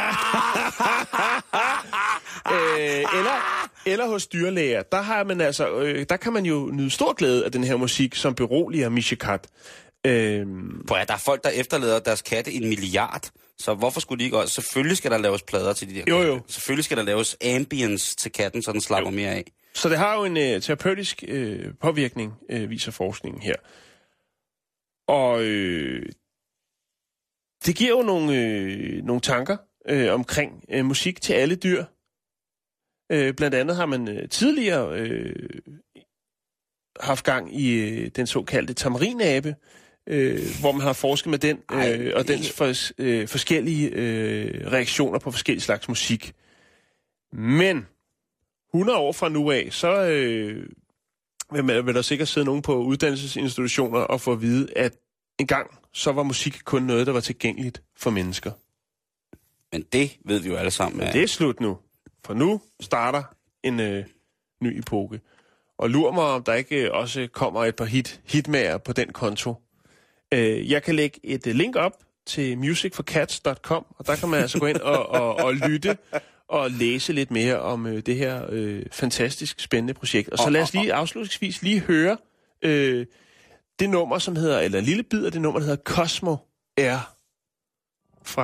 øh, eller, eller hos dyrlæger, der har man altså, øh, der kan man jo nyde stor glæde af den her musik, som beroliger Mishikat. Øh, Prøv at der er folk, der efterlader deres katte en milliard. Så hvorfor skulle de ikke også? Selvfølgelig skal der laves plader til de der jo, katte. Jo. Selvfølgelig skal der laves ambience til katten, så den slapper jo. mere af. Så det har jo en øh, terapeutisk øh, påvirkning, øh, viser forskningen her. Og øh, det giver jo nogle, øh, nogle tanker øh, omkring øh, musik til alle dyr. Øh, blandt andet har man øh, tidligere øh, haft gang i øh, den såkaldte tamarinabe, Øh, hvor man har forsket med den øh, og dens for, øh, forskellige øh, reaktioner på forskellige slags musik. Men hundrede år fra nu af, så øh, vil, man, vil der sikkert sidde nogen på uddannelsesinstitutioner og få at vide, at engang så var musik kun noget, der var tilgængeligt for mennesker. Men det ved vi jo alle sammen. Men det er slut nu. For nu starter en øh, ny epoke. Og lur mig, om der ikke også kommer et par hit, hitmager på den konto. Jeg kan lægge et link op til music for cats punktum com, og der kan man altså gå ind og, og, og lytte og læse lidt mere om øh, det her øh, fantastisk spændende projekt. Og så lad os lige afslutningsvis lige høre øh, det nummer, som hedder, eller en lille bid af det nummer, der hedder Cosmo Air fra...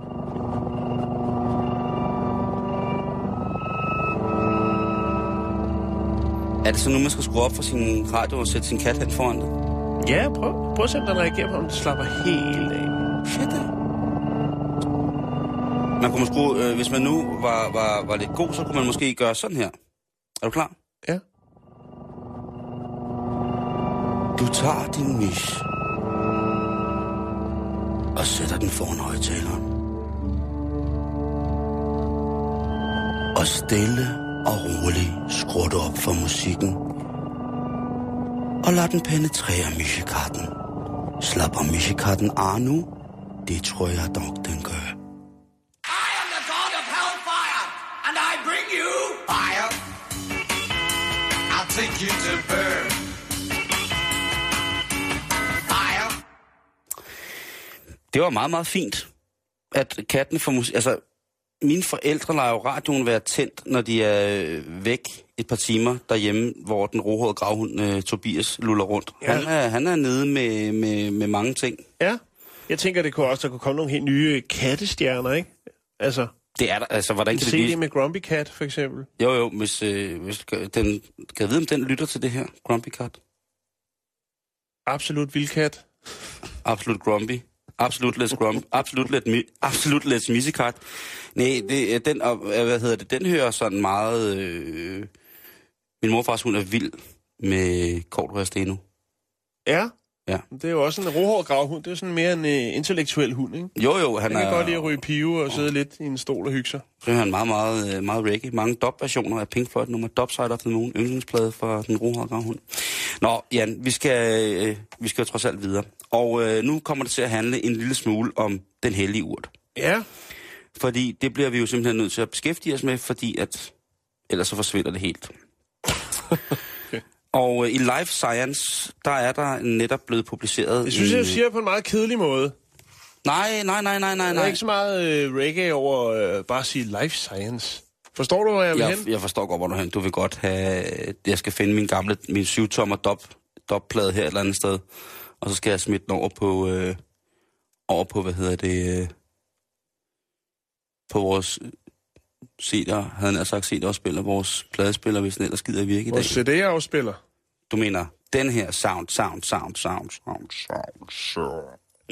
Er det så nu, man skal skrue op for sin radio og sætte sin kat hen foran det? Ja, prøv, prøv at se, om den reagerer på, om den slapper helt af. Shit, da. Man kunne måske, øh, hvis man nu var, var, var lidt god, så kunne man måske gøre sådan her. Er du klar? Ja. Du tager din mis og sætter den foran højtaleren. Og stille og roligt skruer du op for musikken. Og lad den penetrere Mishikatten. Slapper Mishikatten af nu? Det tror jeg dog, den gør. I am the god of hellfire, and I bring you fire. I'll take you to burn. Fire. Det var meget, meget fint, at katten får musik... Altså, mine forældre lader jo radioen være tændt, når de er væk et par timer derhjemme, hvor den rohårede gravhund uh, Tobias luller rundt. Ja. Han, er, han er nede med, med, med mange ting. Ja, jeg tænker, det kunne også, der kunne komme nogle helt nye kattestjerner, ikke? Altså, det er der, altså, hvordan kan det blive... C D med Grumpy Cat, for eksempel. Jo, jo, hvis, øh, hvis den, kan jeg vide, om den lytter til det her, Grumpy Cat? Absolut vildkat. Absolut Grumpy. Absolut let's Grumpy. Absolut let's, absolut let's Missy-kat. Nej, det, den, hvad hedder det, den hører sådan meget... Øh, min morfars hund er vild med Cordua Steno. Ja? Ja. Det er jo også en rohåret gravhund. Det er sådan mere en uh, intellektuel hund, ikke? Jo, jo. Han, han kan er, godt lide at ryge pive og sidde lidt i en stol og hygge sig. Så er han meget, meget, meget reggae. Mange dub-versioner af Pink Floyd, nummer Dub Side of the Moon, yndlingsplade for den rohårede gravhund. Nå, Jan, vi skal, øh, vi skal jo trods alt videre. Og øh, nu kommer det til at handle en lille smule om den hellige urt. Ja. Fordi det bliver vi jo simpelthen nødt til at beskæftige os med, fordi at ellers så forsvinder det helt. Okay. Og øh, i Life Science, der er der netop blevet publiceret... Jeg synes, en, jeg siger på en meget kedelig måde. Nej, nej, nej, nej, nej. Der er ikke så meget øh, reggae over øh, bare at sige Life Science. Forstår du, hvor jeg vil jeg, hen? Jeg forstår godt, hvor du hen. Du vil godt have... Jeg skal finde min gamle, min syv-tommer dop, dopplade her et eller andet sted. Og så skal jeg smide den over på... Øh, over på, hvad hedder det... Øh, på vores C D'er, havde han sagt C D-afspiller, vores pladespiller, hvis den ellers gider virke i dag. Vores C D-afspiller? Du mener, den her sound, sound, sound, sound, sound, sound, sound.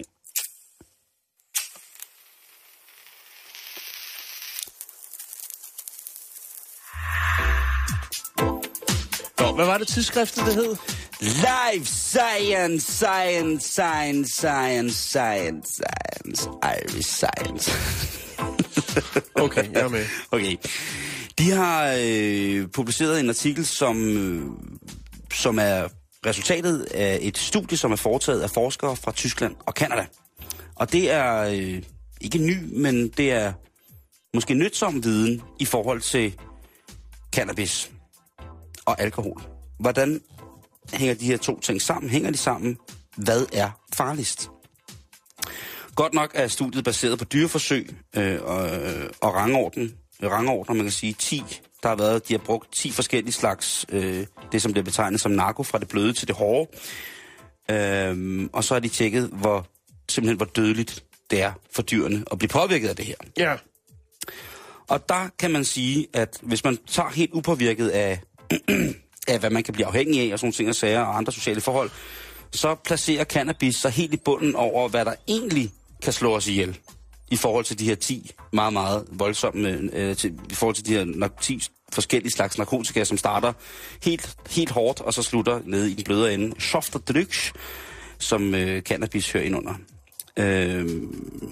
Nå, hvad var det tidsskriftet, det hed? Life Science, Science, Science, Science, Science, Science, Irish Science. Okay, jeg er med. Okay. De har øh, publiceret en artikel, som, øh, som er resultatet af et studie, som er foretaget af forskere fra Tyskland og Canada. Og det er øh, ikke ny, men det er måske nytsom viden i forhold til cannabis og alkohol. Hvordan hænger de her to ting sammen? Hænger de sammen? Hvad er farligst? Godt nok er studiet baseret på dyreforsøg øh, og, og rangorden. Rangordner, man kan sige ti. Der har været, de har brugt ti forskellige slags, øh, det som bliver betegnet som narko, fra det bløde til det hårde. Øh, og så har de tjekket, hvor simpelthen hvor dødeligt det er for dyrene at blive påvirket af det her. Ja. Og der kan man sige, at hvis man tager helt upåvirket af, af hvad man kan blive afhængig af, og sådan ting og sager og andre sociale forhold, så placerer cannabis sig helt i bunden over, hvad der egentlig kan slå os ihjel. I forhold til de her ti meget, meget voldsomme, øh, til, i forhold til de her ti forskellige slags narkotika, som starter helt, helt hårdt, og så slutter nede i den bløde ende. Softer drugs, som øh, cannabis hører ind under. Øh,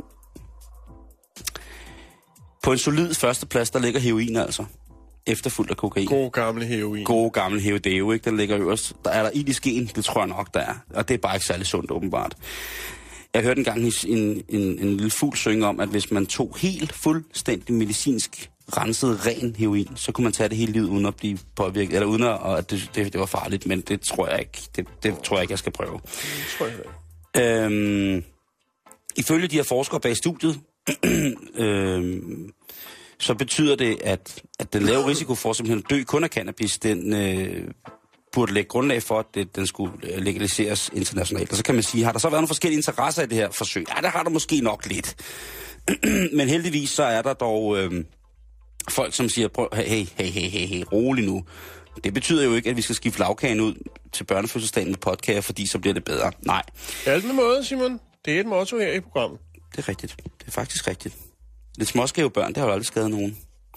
på en solid førsteplads, der ligger heroin altså. Efterfulgt af kokain. God gamle heroin. God gamle herodeo, ikke? Den ligger øverst. Der er der ild i skeen, det tror jeg nok, der er. Og det er bare ikke særlig sundt, åbenbart. Jeg hørte engang en, en, en, en lille fugl synge om, at hvis man tog helt fuldstændig medicinsk renset ren heroin, så kunne man tage det hele livet uden at blive påvirket, eller uden at, at det, det, det var farligt, men det tror jeg ikke, det, det tror jeg ikke, jeg skal prøve. Det tror jeg ikke. Øhm, ifølge de her forskere bag studiet, øhm, så betyder det, at, at den lave risiko for simpelthen at dø kun af cannabis, den øh, burde lægge grundlag for, at det, den skulle legaliseres internationalt. Og så kan man sige, har der så været nogle forskellige interesser i det her forsøg? Ja, der har der måske nok lidt. Men heldigvis så er der dog øh, folk, som siger, prøv, hey, hey, hey, hey, hey, rolig nu. Det betyder jo ikke, at vi skal skifte lavkagen ud til børnefødselsdagen med podcaster, fordi så bliver det bedre. Nej. Alt med måde, Simon. Det er et motto her i programmet. Det er rigtigt. Det er faktisk rigtigt. Lidt småskæve børn, det har jo aldrig skadet nogen.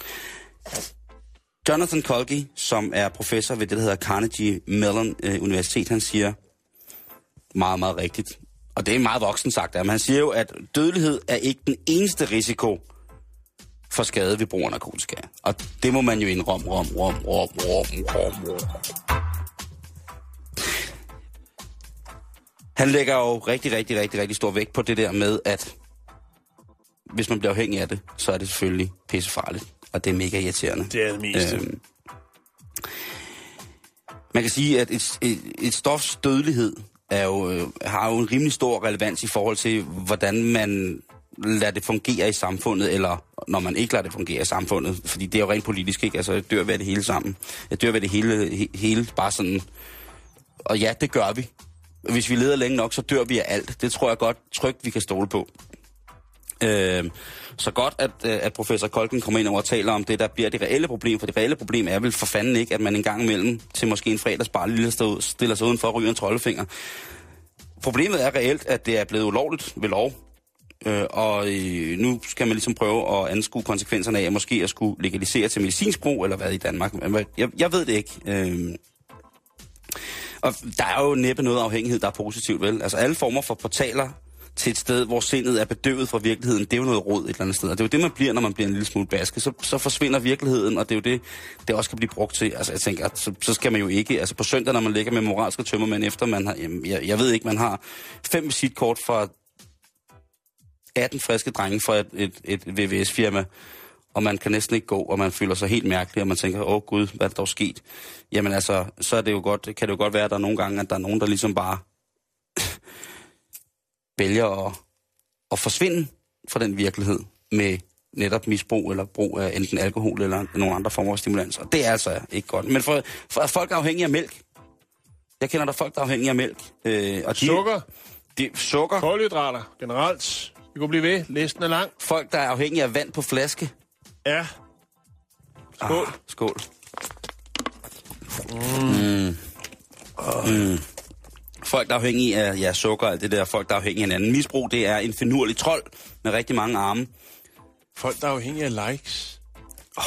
Jonathan Kolke, som er professor ved det, der hedder Carnegie Mellon øh, Universitet, han siger meget, meget rigtigt. Og det er meget voksen sagt, men han siger jo, at dødelighed er ikke den eneste risiko for skade ved brug af narkotika. Og det må man jo indrømme, rom, rom, rom, rom, rom, rom. Han lægger jo rigtig, rigtig, rigtig, rigtig stor vægt på det der med, at hvis man bliver afhængig af det, så er det selvfølgelig pissefarligt. Og det er mega irriterende. Det er det meste. Øhm, man kan sige, at et, et, et stofs dødelighed er jo, øh, har jo en rimelig stor relevans i forhold til, hvordan man lader det fungere i samfundet, eller når man ikke lader det fungere i samfundet. Fordi det er jo rent politisk, ikke? Altså, jeg dør ved det hele sammen. Jeg dør ved det hele, he, hele bare sådan. Og ja, det gør vi. Hvis vi leder længe nok, så dør vi af alt. Det tror jeg godt trygt, vi kan stole på. Øh, så godt, at, at professor Kolken kommer ind over og taler om det, der bliver det reelle problem. For det reelle problem er vel for fanden ikke, at man en gang imellem til måske en fredagsbar lille stiller sig udenfor og ryger en troldefinger. Problemet er reelt, at det er blevet ulovligt ved lov. Øh, og øh, nu skal man ligesom prøve at anskue konsekvenserne af, at måske at skulle legalisere til medicinsk brug, eller hvad i Danmark. Jeg, jeg ved det ikke. Øh, og der er jo næppe noget afhængighed, der er positivt, vel? Altså alle former for portaler til et sted, hvor sindet er bedøvet fra virkeligheden, det er jo noget råd et eller andet sted. Og det er jo det, man bliver, når man bliver en lille smule baske. Så, så forsvinder virkeligheden, og det er jo det, det også kan blive brugt til. Altså jeg tænker, at så, så skal man jo ikke. Altså på søndag, når man ligger med moralske tømmermænd efter, man har, jamen, jeg, jeg ved ikke, man har fem visitkort fra atten friske drenge fra et, et, et V V S-firma, og man kan næsten ikke gå, og man føler sig helt mærkelig, og man tænker, åh gud, hvad er der dog sket? Jamen altså, så er det jo godt, kan det jo godt være, at der er nogle gange, at der er nogen, der ligesom bare vælger at, at forsvinde fra den virkelighed med netop misbrug eller brug af enten alkohol eller nogle andre former for stimulanser. Det er altså ikke godt. Men for, for at folk er afhængige af mælk. Jeg kender der folk, der er afhængige af mælk. Øh, og de, sukker. De, sukker. Kulhydrater generelt. Vi kunne blive ved. Listen er lang. Folk, der er afhængige af vand på flaske. Ja. Skål. Ah, skål. Mm. Mm. Folk, der er afhængige af ja, sukker og det der. Folk, der er afhængige af hinanden. Misbrug, det er en finurlig trold med rigtig mange arme. Folk, der er afhængige af likes. Oh,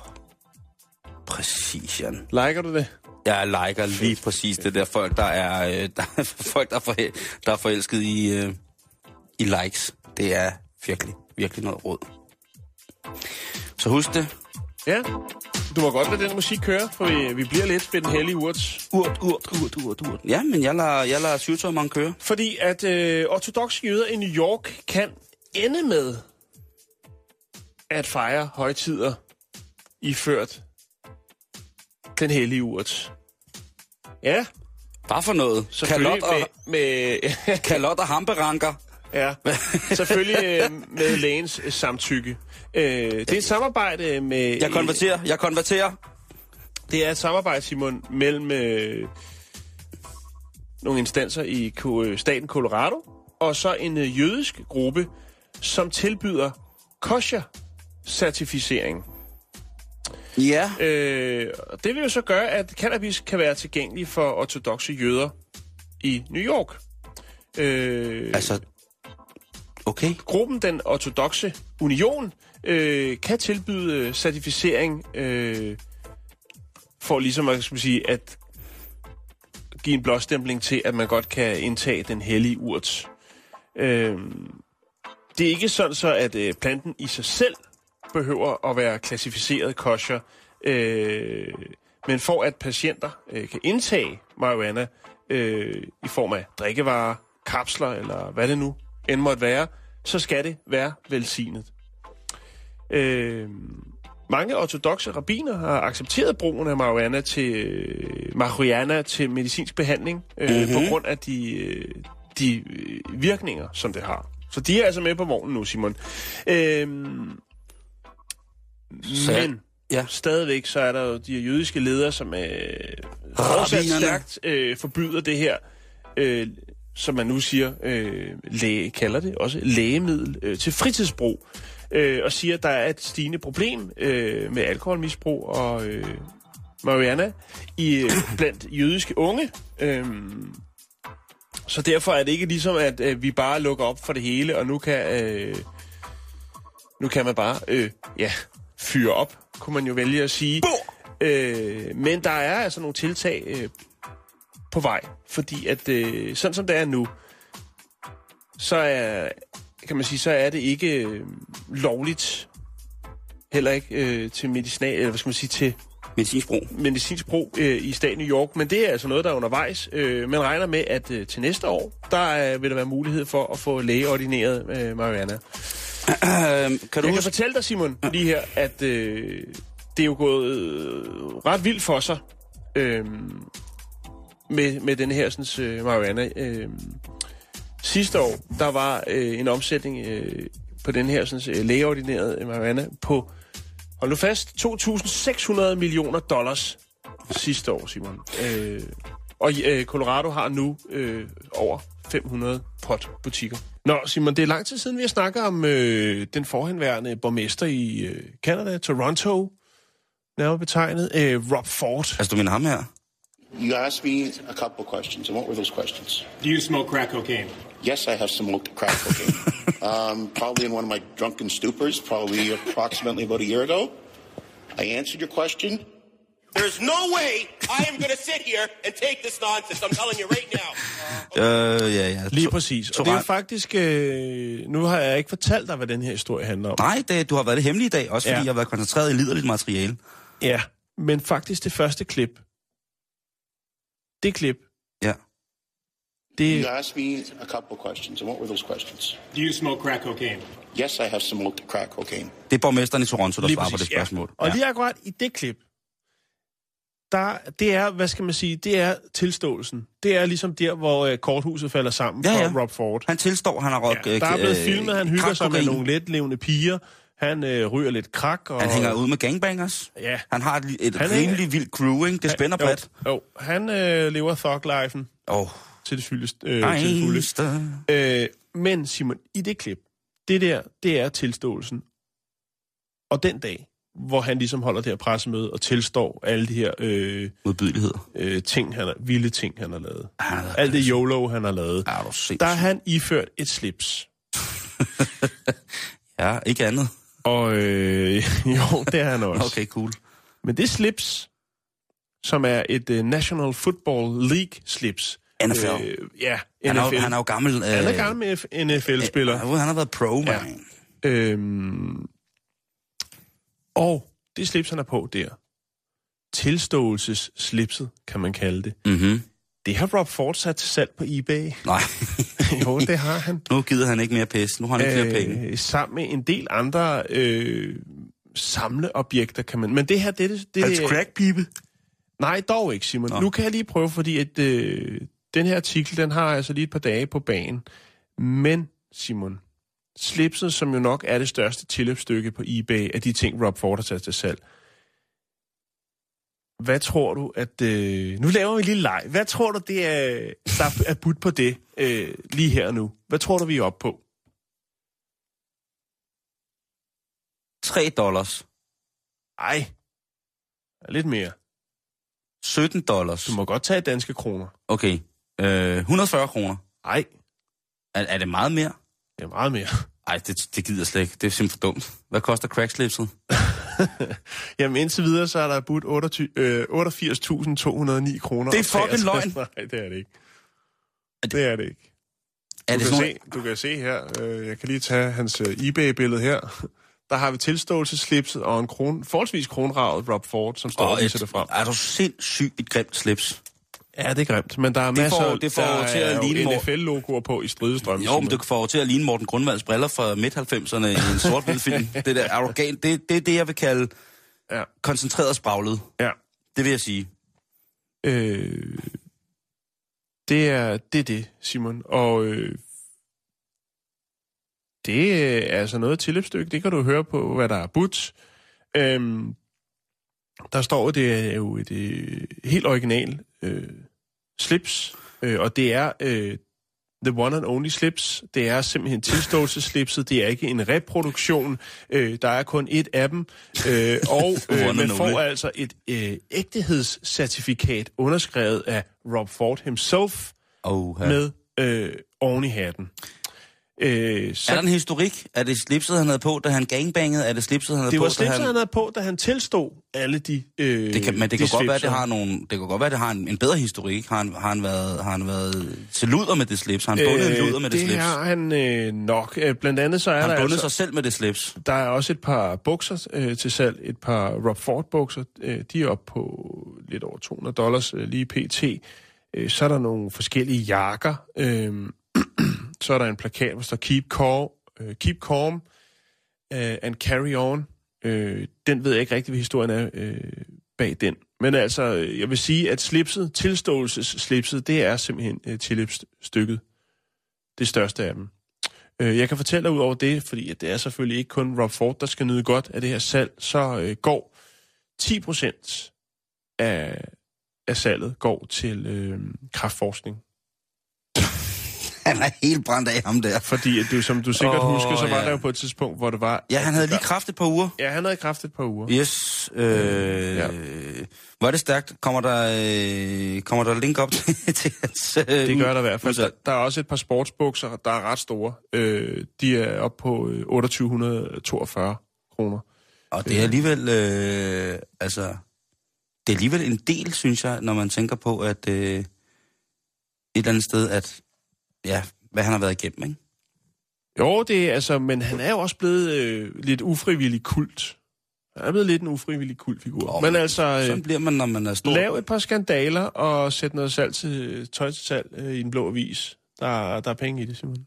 præcis, Jan. Liker du det? Jeg liker lige præcis det der. Folk, der er, øh, der er, folk, der er, for, der er forelsket i, øh, i likes. Det er virkelig, virkelig noget råd. Så husk det. Ja, du må godt lade den musik køre, for vi, vi bliver lidt ved den hellige urts. Urt, urt, urt, urt, urt. Ja, men jeg lader, jeg lader syvtomeren køre. Fordi at øh, ortodoxe jøder i New York kan ende med at fejre højtider iført den hellige urt. Ja. Hvad for noget? Kalot og, med, med kalot og hamperanker. Ja, selvfølgelig med lægens samtykke. Det er et samarbejde med... Jeg konverterer, jeg konverterer. Det er et samarbejde, Simon, mellem øh, nogle instanser i staten Colorado, og så en øh, jødisk gruppe, som tilbyder kosher-certificering. Ja. Øh, det vil jo så gøre, at cannabis kan være tilgængelig for ortodoxe jøder i New York. Øh, altså... Okay. Gruppen, den ortodoxe union, øh, kan tilbyde certificering øh, for ligesom at, skal man sige, at give en blåstempling til, at man godt kan indtage den hellige urt. Øh, det er ikke sådan så, at øh, planten i sig selv behøver at være klassificeret kosher, øh, men for at patienter øh, kan indtage marihuana øh, i form af drikkevarer, kapsler eller hvad det nu end måtte være, så skal det være velsignet. Øh, mange ortodoxe rabbiner har accepteret brugen af marihuana til, marihuana til medicinsk behandling, øh, mm-hmm. på grund af de, de virkninger, som det har. Så de er altså med på vognen nu, Simon. Øh, så, men ja. stadigvæk så er der jo de jødiske ledere, som øh, fortsat stærkt øh, forbyder det her, øh, som man nu siger, øh, læge, kalder det også lægemiddel øh, til fritidsbrug, øh, og siger, at der er et stigende problem øh, med alkoholmisbrug og øh, marihuana i, øh, blandt jødiske unge. Øh, så derfor er det ikke ligesom, at øh, vi bare lukker op for det hele, og nu kan, øh, nu kan man bare øh, ja, fyre op, kunne man jo vælge at sige. Øh, men der er altså nogle tiltag øh, på vej, fordi at øh, sådan som det er nu, så er, kan man sige, så er det ikke øh, lovligt, heller ikke øh, til medicinal, eller hvad skal man sige, til medicinsk brug, medicinsk brug øh, i staten New York, men det er altså noget, der er undervejs. Øh, man regner med, at øh, til næste år, der øh, vil der være mulighed for at få lægeordineret øh, marihuana. kan du Jeg huske? kan fortælle dig, Simon, lige her, at øh, det er jo gået øh, ret vildt for sig, øh, med, med den her sådan, øh, marihuana. Øh, sidste år, der var øh, en omsætning øh, på den her sådan, øh, lægeordinerede marihuana på, hold nu fast, to tusind seks hundrede millioner dollars sidste år, Simon. Øh, og øh, Colorado har nu øh, over fem hundrede pot-butikker. Nå, Simon, det er lang tid siden, vi har snakket om øh, den forhenværende borgmester i øh, Canada, Toronto, nærmere betegnet, øh, Rob Ford. Altså, du mener ham her? You asked me a couple of questions, and what were those questions? Do you smoke crack cocaine? Yes, I have smoked crack cocaine. um, probably in one of my drunken stupors, probably approximately about a year ago. I answered your question. There's no way I am going to sit here and take this nonsense. I'm telling you right now. Øh, ja, ja. Lige præcis. Og det er faktisk... Øh, nu har jeg ikke fortalt dig, hvad den her historie handler om. Nej, det, du har været det hemmelige i dag, også fordi ja. jeg har været koncentreret i liderligt materiale. Ja, men faktisk det første klip. Det klip. Ja. Det... You asked me a couple of questions, and what were those questions? Do you smoke crack cocaine? Yes, I have smoked crack cocaine. Det er borgmesteren i Toronto, der lige svarer præcis, på det spørgsmål. Ja. Og lige akkurat i det klip, der, det er, hvad skal man sige, det er tilståelsen. Det er ligesom der, hvor uh, korthuset falder sammen ja, ja. for Rob Ford. Han tilstår, han har rock, ja, der er blevet øh, filmet, han hygger sig med nogle letlevende piger. Han øh, ryger lidt krak. Og... Han hænger ud med gangbangers. Ja. Han har et, et han rimelig er... vildt crewing. Det spænder bredt. Jo, jo. Han øh, lever thug-lifen. Oh. Til det fyldest. Øh, til det fulde. Øh, men Simon, i det klip, det der, det er tilståelsen. Og den dag, hvor han ligesom holder det her pressemøde og tilstår alle de her øh, modbydeligheder, øh, ting, han har, vilde ting, han har lavet. Ah, alt det YOLO, han har lavet. Ah, der har han iført et slips. Ja, ikke andet. Og øh, jo, det er han også. Okay, cool. Men det slips, som er et uh, National Football League slips. N F L. Øh, ja, han N F L. Er, han er jo gammel. Øh, han er gammel N F L-spiller. Øh, han har været pro, ja. man. Øhm, og det slips, han er på der, tilståelsesslipset, kan man kalde det. Mm-hmm. Det har Rob Ford sat til salg på eBay. Nej. Jo, det har han. Nu gider han ikke mere pis. Nu har han ikke flere penge. Sammen med en del andre øh, samleobjekter, kan man... Men det her, det... det, det altså crack people? Nej, dog ikke, Simon. Nå. Nu kan jeg lige prøve, fordi at, øh, den her artikel, den har altså lige et par dage på banen. Men, Simon, slipset, som jo nok er det største tilløbsstykke på eBay, af de ting, Rob Ford har sat til salg. Hvad tror du, at... Øh, nu laver vi en lille leg. Hvad tror du, det er, der er budt på det øh, lige her og nu? Hvad tror du, vi er oppe på? tre dollars. Ej. Lidt mere. sytten dollars. Du må godt tage danske kroner. Okay. Øh, et hundrede og fyrre kroner. Ej. Er, er det meget mere? Det er meget mere. Ej, det, det gider jeg slet ikke. Det er simpelthen for dumt. Hvad koster crackslipset? Jamen indtil videre, så er der budt otteogfirs tusind to hundrede og ni kroner. Det er fucking løgn. Nej, det er det ikke. Det er det ikke. Er du, det kan sådan... se, du kan se her, øh, jeg kan lige tage hans øh, eBay-billede her. Der har vi tilståelsesslipset og en kron, forholdsvis kronravet Rob Ford, som står og viser det frem. Er du sindssygt et grimt slips? Ja, det er grimt, men der er det masser får, det får der til at er ligne jo N F L-logoer på i stridestrøm. Jo, men det får til at ligne Morten Grundvalds briller fra midt halvfemserne i en sort-hvid film. Det der arrogant, det, det er det, jeg vil kalde ja. koncentreret spraglet. Ja. Det vil jeg sige. Øh, det er det, er det Simon. Og øh, det er altså noget tilløbsstykke. Det kan du høre på, hvad der er budt. Øhm, der står, det er jo et øh, helt original øh, slips, øh, og det er øh, the one and only slips. Det er simpelthen tilståelsesslipset. Det er ikke en reproduktion. Øh, der er kun et af dem. Øh, og øh, man får altså et øh, ægtighedscertifikat underskrevet af Rob Ford himself oh, med øh, oven i hatten. Øh, så... Er der en historik? Er det slipset, han havde på, da han gangbangede? Er det slipset, han havde det på, var slipset, han... han havde på, da han tilstod alle de øh, det kan, Men det de kan godt være, det har nogle, det kan godt være, det har en, en bedre historik. Har han, har han været, har han været til luder med det slips? Har han bundet øh, luder med det, det slips? Det har han øh, nok. Blandt andet så er han der bundet altså... sig selv med det slips? Der er også et par bukser øh, til salg. Et par Rob Ford bukser. Øh, de er oppe på lidt over to hundrede dollars øh, lige pt. Øh, så er der nogle forskellige jakker. Øh, Så er der en plakat, hvor der står Keep Calm, uh, keep calm uh, and Carry On. Uh, den ved jeg ikke rigtig, hvad historien er uh, bag den. Men altså, jeg vil sige, at slipset, tilståelsesslipset, det er simpelthen uh, tilløbsstykket. Det største af dem. Uh, jeg kan fortælle dig ud over det, fordi at det er selvfølgelig ikke kun Rob Ford, der skal nyde godt af det her salg. Så uh, går ti procent af, af salget går til uh, kræftforskning. Han er helt brændt af ham der. Fordi, at du, som du sikkert oh, husker, så var ja. der jo på et tidspunkt, hvor det var... Ja, han havde lige kræft et par uger. Ja, han havde kræft et par uger. Yes. Øh, ja. Hvor er det stærkt? Kommer der, øh, kommer der link op til, til hans... Øh, det gør der i hvert fald. Der, der er også et par sportsbukser, der er ret store. Øh, de er op på øh, otteogtyve toogfyrre kroner. Og det er alligevel... Øh, altså... Det er alligevel en del, synes jeg, når man tænker på, at... Øh, et eller andet sted, at... Ja, hvad han har været igennem, ikke? Jo, det er altså, men han er jo også blevet øh, lidt ufrivillig kult. Han er blevet lidt en ufrivillig kultfigur. Oh, men altså... Øh, sådan bliver man, når man er stor. Lav et par skandaler og sæt noget salg til, tøj til salg øh, i en blå avis. Der, der er penge i det, Simon.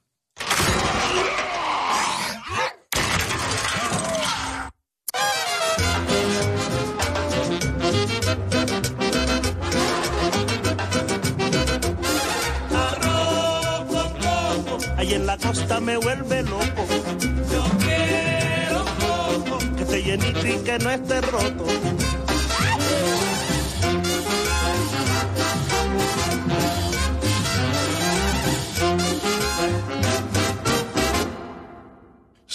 Y en la costa me vuelve loco. Yo quiero coco que esté llenito y que no esté roto.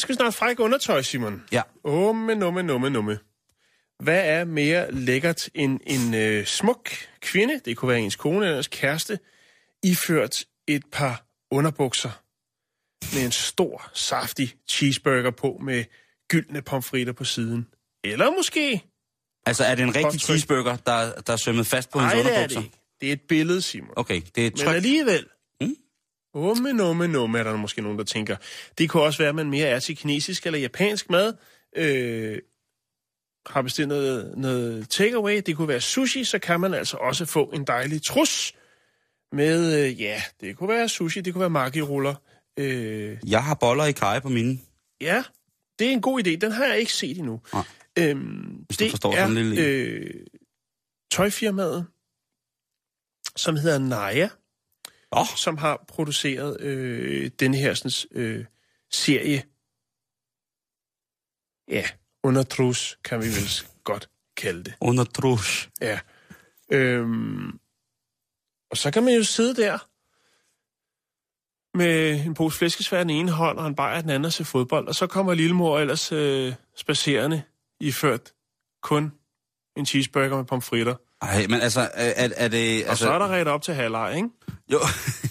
skal snart frække undertøj, Simon. Ja. Umme, numme, numme, numme. Hvad er mere lækkert end en øh, smuk kvinde, det kunne være ens kone eller ens kæreste, iført et par underbukser med en stor, saftig cheeseburger på med gyldne pomfritter på siden? Eller måske... Altså, er det en rigtig cheeseburger, der, der er sømmet fast på hendes underbukser? Nej, det er det ikke. Det er et billede, Simon. Okay, det er et tryk. Men alligevel... Mm? Umme, numme, numme, er der måske nogen, der tænker. Det kunne også være, at man mere er til kinesisk eller japansk mad. Øh, har bestilt noget, noget takeaway. Det kunne være sushi, så kan man altså også få en dejlig trus med, øh, ja, det kunne være sushi, det kunne være maki-ruller. Øh, jeg har boller i kaj på mine. Ja, det er en god idé. Den har jeg ikke set endnu. Nej. Øhm, det forstår, er lille... øh, tøjfirmaet, som hedder Naya, oh. som har produceret øh, denne her sådan, øh, serie. Ja, under trus, kan vi vel godt kalde det. Under trus. Ja. Øhm, og så kan man jo sidde der med en pose flæskesvær i den ene hånd, og en bajer den anden og se fodbold. Og så kommer lillemor ellers øh, spacerende, iført kun en cheeseburger med pomfritter. Ej, men altså, er, er det... Og altså... så er der ret op til halvleg, ikke? Jo.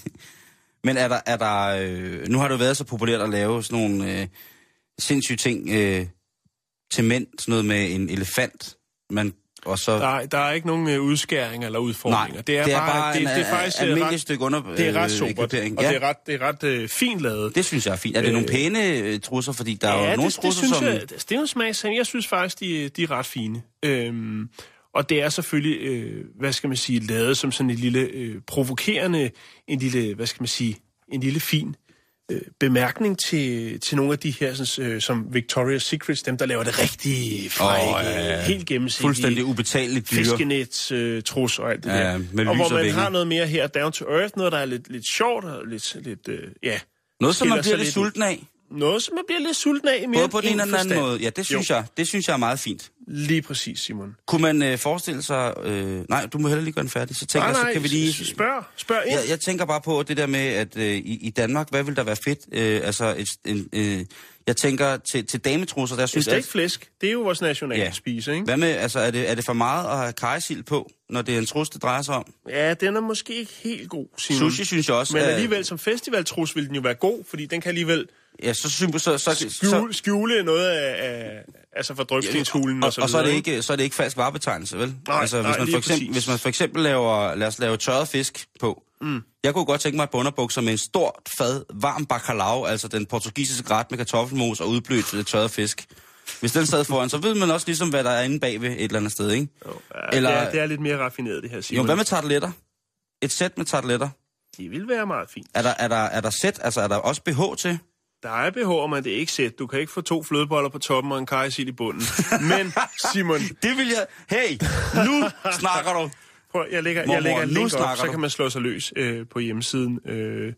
Men er der... Er der øh... Nu har det jo været så populært at lave sådan nogle øh, sindssyge ting øh, til mænd. Sådan noget med en elefant. Man... Og så... Nej, der er ikke nogen øh, udskæringer eller udfordringer. Nej, det er, det er bare, bare det, en det er faktisk almindelig ret, stykke under. Det er ret sobert, øh, og ja. det er ret, det er ret øh, fint lavet. Det synes jeg er fint. Er det øh, nogle pæne øh, trusser, fordi der ja, er jo nogle det, trusser, det som... Jeg, det, det er en smagsag. Jeg synes faktisk, de, de er ret fine. Øhm, og det er selvfølgelig, øh, hvad skal man sige, lavet som sådan en lille øh, provokerende, en lille, hvad skal man sige, en lille fin øh, bemærkning til, til nogle af de her, sådan, øh, som Victoria's Secrets, dem der laver det rigtig frække, oh, ja. helt gennemsigtige. Fuldstændig ubetaleligt dyre. Fiskenet, øh, trus og alt det ja, der. Og hvor man vinger. har noget mere her, down to earth, noget der er lidt, lidt sjovt og lidt, lidt øh, ja. Noget, som man bliver lidt sulten af. Noget, som man bliver lidt sulten af. Både på den ene eller anden måde. Ja, det synes, jeg, det synes jeg er meget fint. Lige præcis, Simon. Kunne man øh, forestille sig... Øh, nej, du må heller lige gøre den færdig. Så tænker nej, jeg, så nej, kan vi lige... Spørg, spørg ind. Jeg, jeg tænker bare på det der med, at øh, i, i Danmark, hvad vil der være fedt? Øh, altså, et, en, øh, jeg tænker til, til dametrusser, der synes... Det er ikke flæsk. Det er jo vores nationale ja. spise, ikke? Hvad med, altså, er det, er det for meget at have kajsild på, når det er en trus, det drejer sig om? Ja, den er måske ikke helt god, Simon. Sushi synes jeg også... Men er, alligevel som festivaltrus vil den jo være god, fordi den kan alligevel... Ja, så, så, så, så, skjule, skjule noget af, af altså fra drøbstenshulen og, og så og så er det ikke så er det ikke falsk varebetegnelse, vel? Nej, altså hvis nej, man for eksempel hvis man for eksempel laver lad os lave tørret fisk på. Mm. Jeg kunne godt tænke mig et underbukser med en stort fad varm bacalao, altså den portugisiske ret med kartoffelmos og udblødt tørret fisk. Hvis den sad foran, så ved man også ligesom hvad der er inde bagved et eller andet sted, ikke? Jo, ja, eller det er, det er lidt mere raffineret det her, Simon. Jo, hvad med tarteletter? Et sæt med tarteletter. Det vil være meget fint. Er der er der er der sæt, altså er der også B H til? Der er B H'er, men det er ikke sæt. Du kan ikke få to flødeboller på toppen og en kajsild i bunden. Men, Simon... Det vil jeg... Hey, nu snakker du. Prøv, jeg lægger, Mormor, jeg lægger en link op, så kan man slå sig løs øh, på hjemmesiden øh,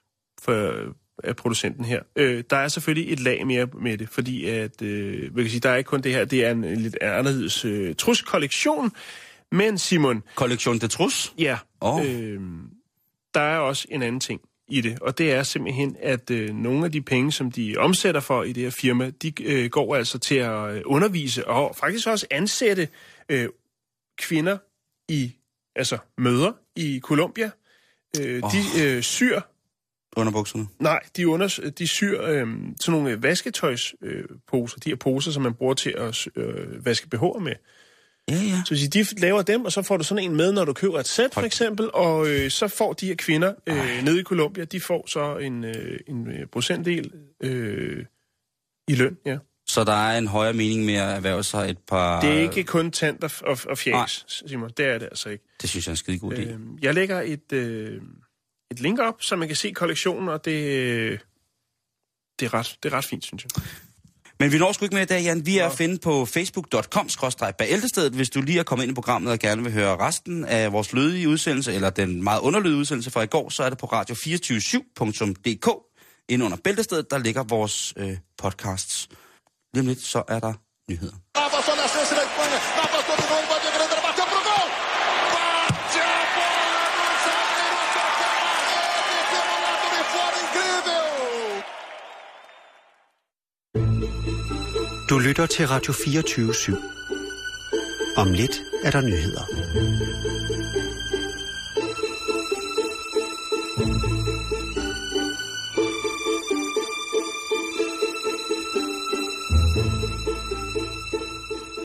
for, af producenten her. Øh, der er selvfølgelig et lag mere med det, fordi at, øh, vil jeg sige, der er ikke kun det her, det er en, en lidt anderledes øh, truskollektion. Men, Simon... Kollektion de trus? Ja. Oh. Øh, der er også en anden ting i det, og det er simpelthen, at øh, nogle af de penge, som de omsætter for i det her firma, de øh, går altså til at undervise og faktisk også ansætte øh, kvinder i, altså mødre i Colombia. Øh, oh. De øh, syr... Underbukserne? Nej, de, under, de syr øh, sådan nogle vasketøjsposer, øh, poser, de her poser, som man bruger til at øh, vaske B H'er med. Ja, ja. Så de laver dem, og så får du sådan en med, når du køber et sæt, for eksempel, og øh, så får de her kvinder øh, nede i Colombia, de får så en, øh, en procentdel øh, i løn, ja. Så der er en højere mening med at erhverve sig et par... Det er ikke kun tand og, og, og fjæs, Simon. Det er det altså ikke. Det synes jeg er en skide god idé. Øh, jeg lægger et, øh, et link op, så man kan se kollektionen, og det, øh, det, er, ret, det er ret fint, synes jeg. Men vi når sgu ikke med i dag, Jan. Vi er at finde på facebook punktum com skråstreg bæltestedet, hvis du lige er kommet ind i programmet og gerne vil høre resten af vores lødige udsendelse, eller den meget underlydige udsendelse fra i går, så er det på radio to fire syv punktum d k. Inde under Bæltestedet, der ligger vores øh, podcasts. Lige om lidt, så er der nyheder. Du lytter til Radio fireogtyve syv. Om lidt er der nyheder.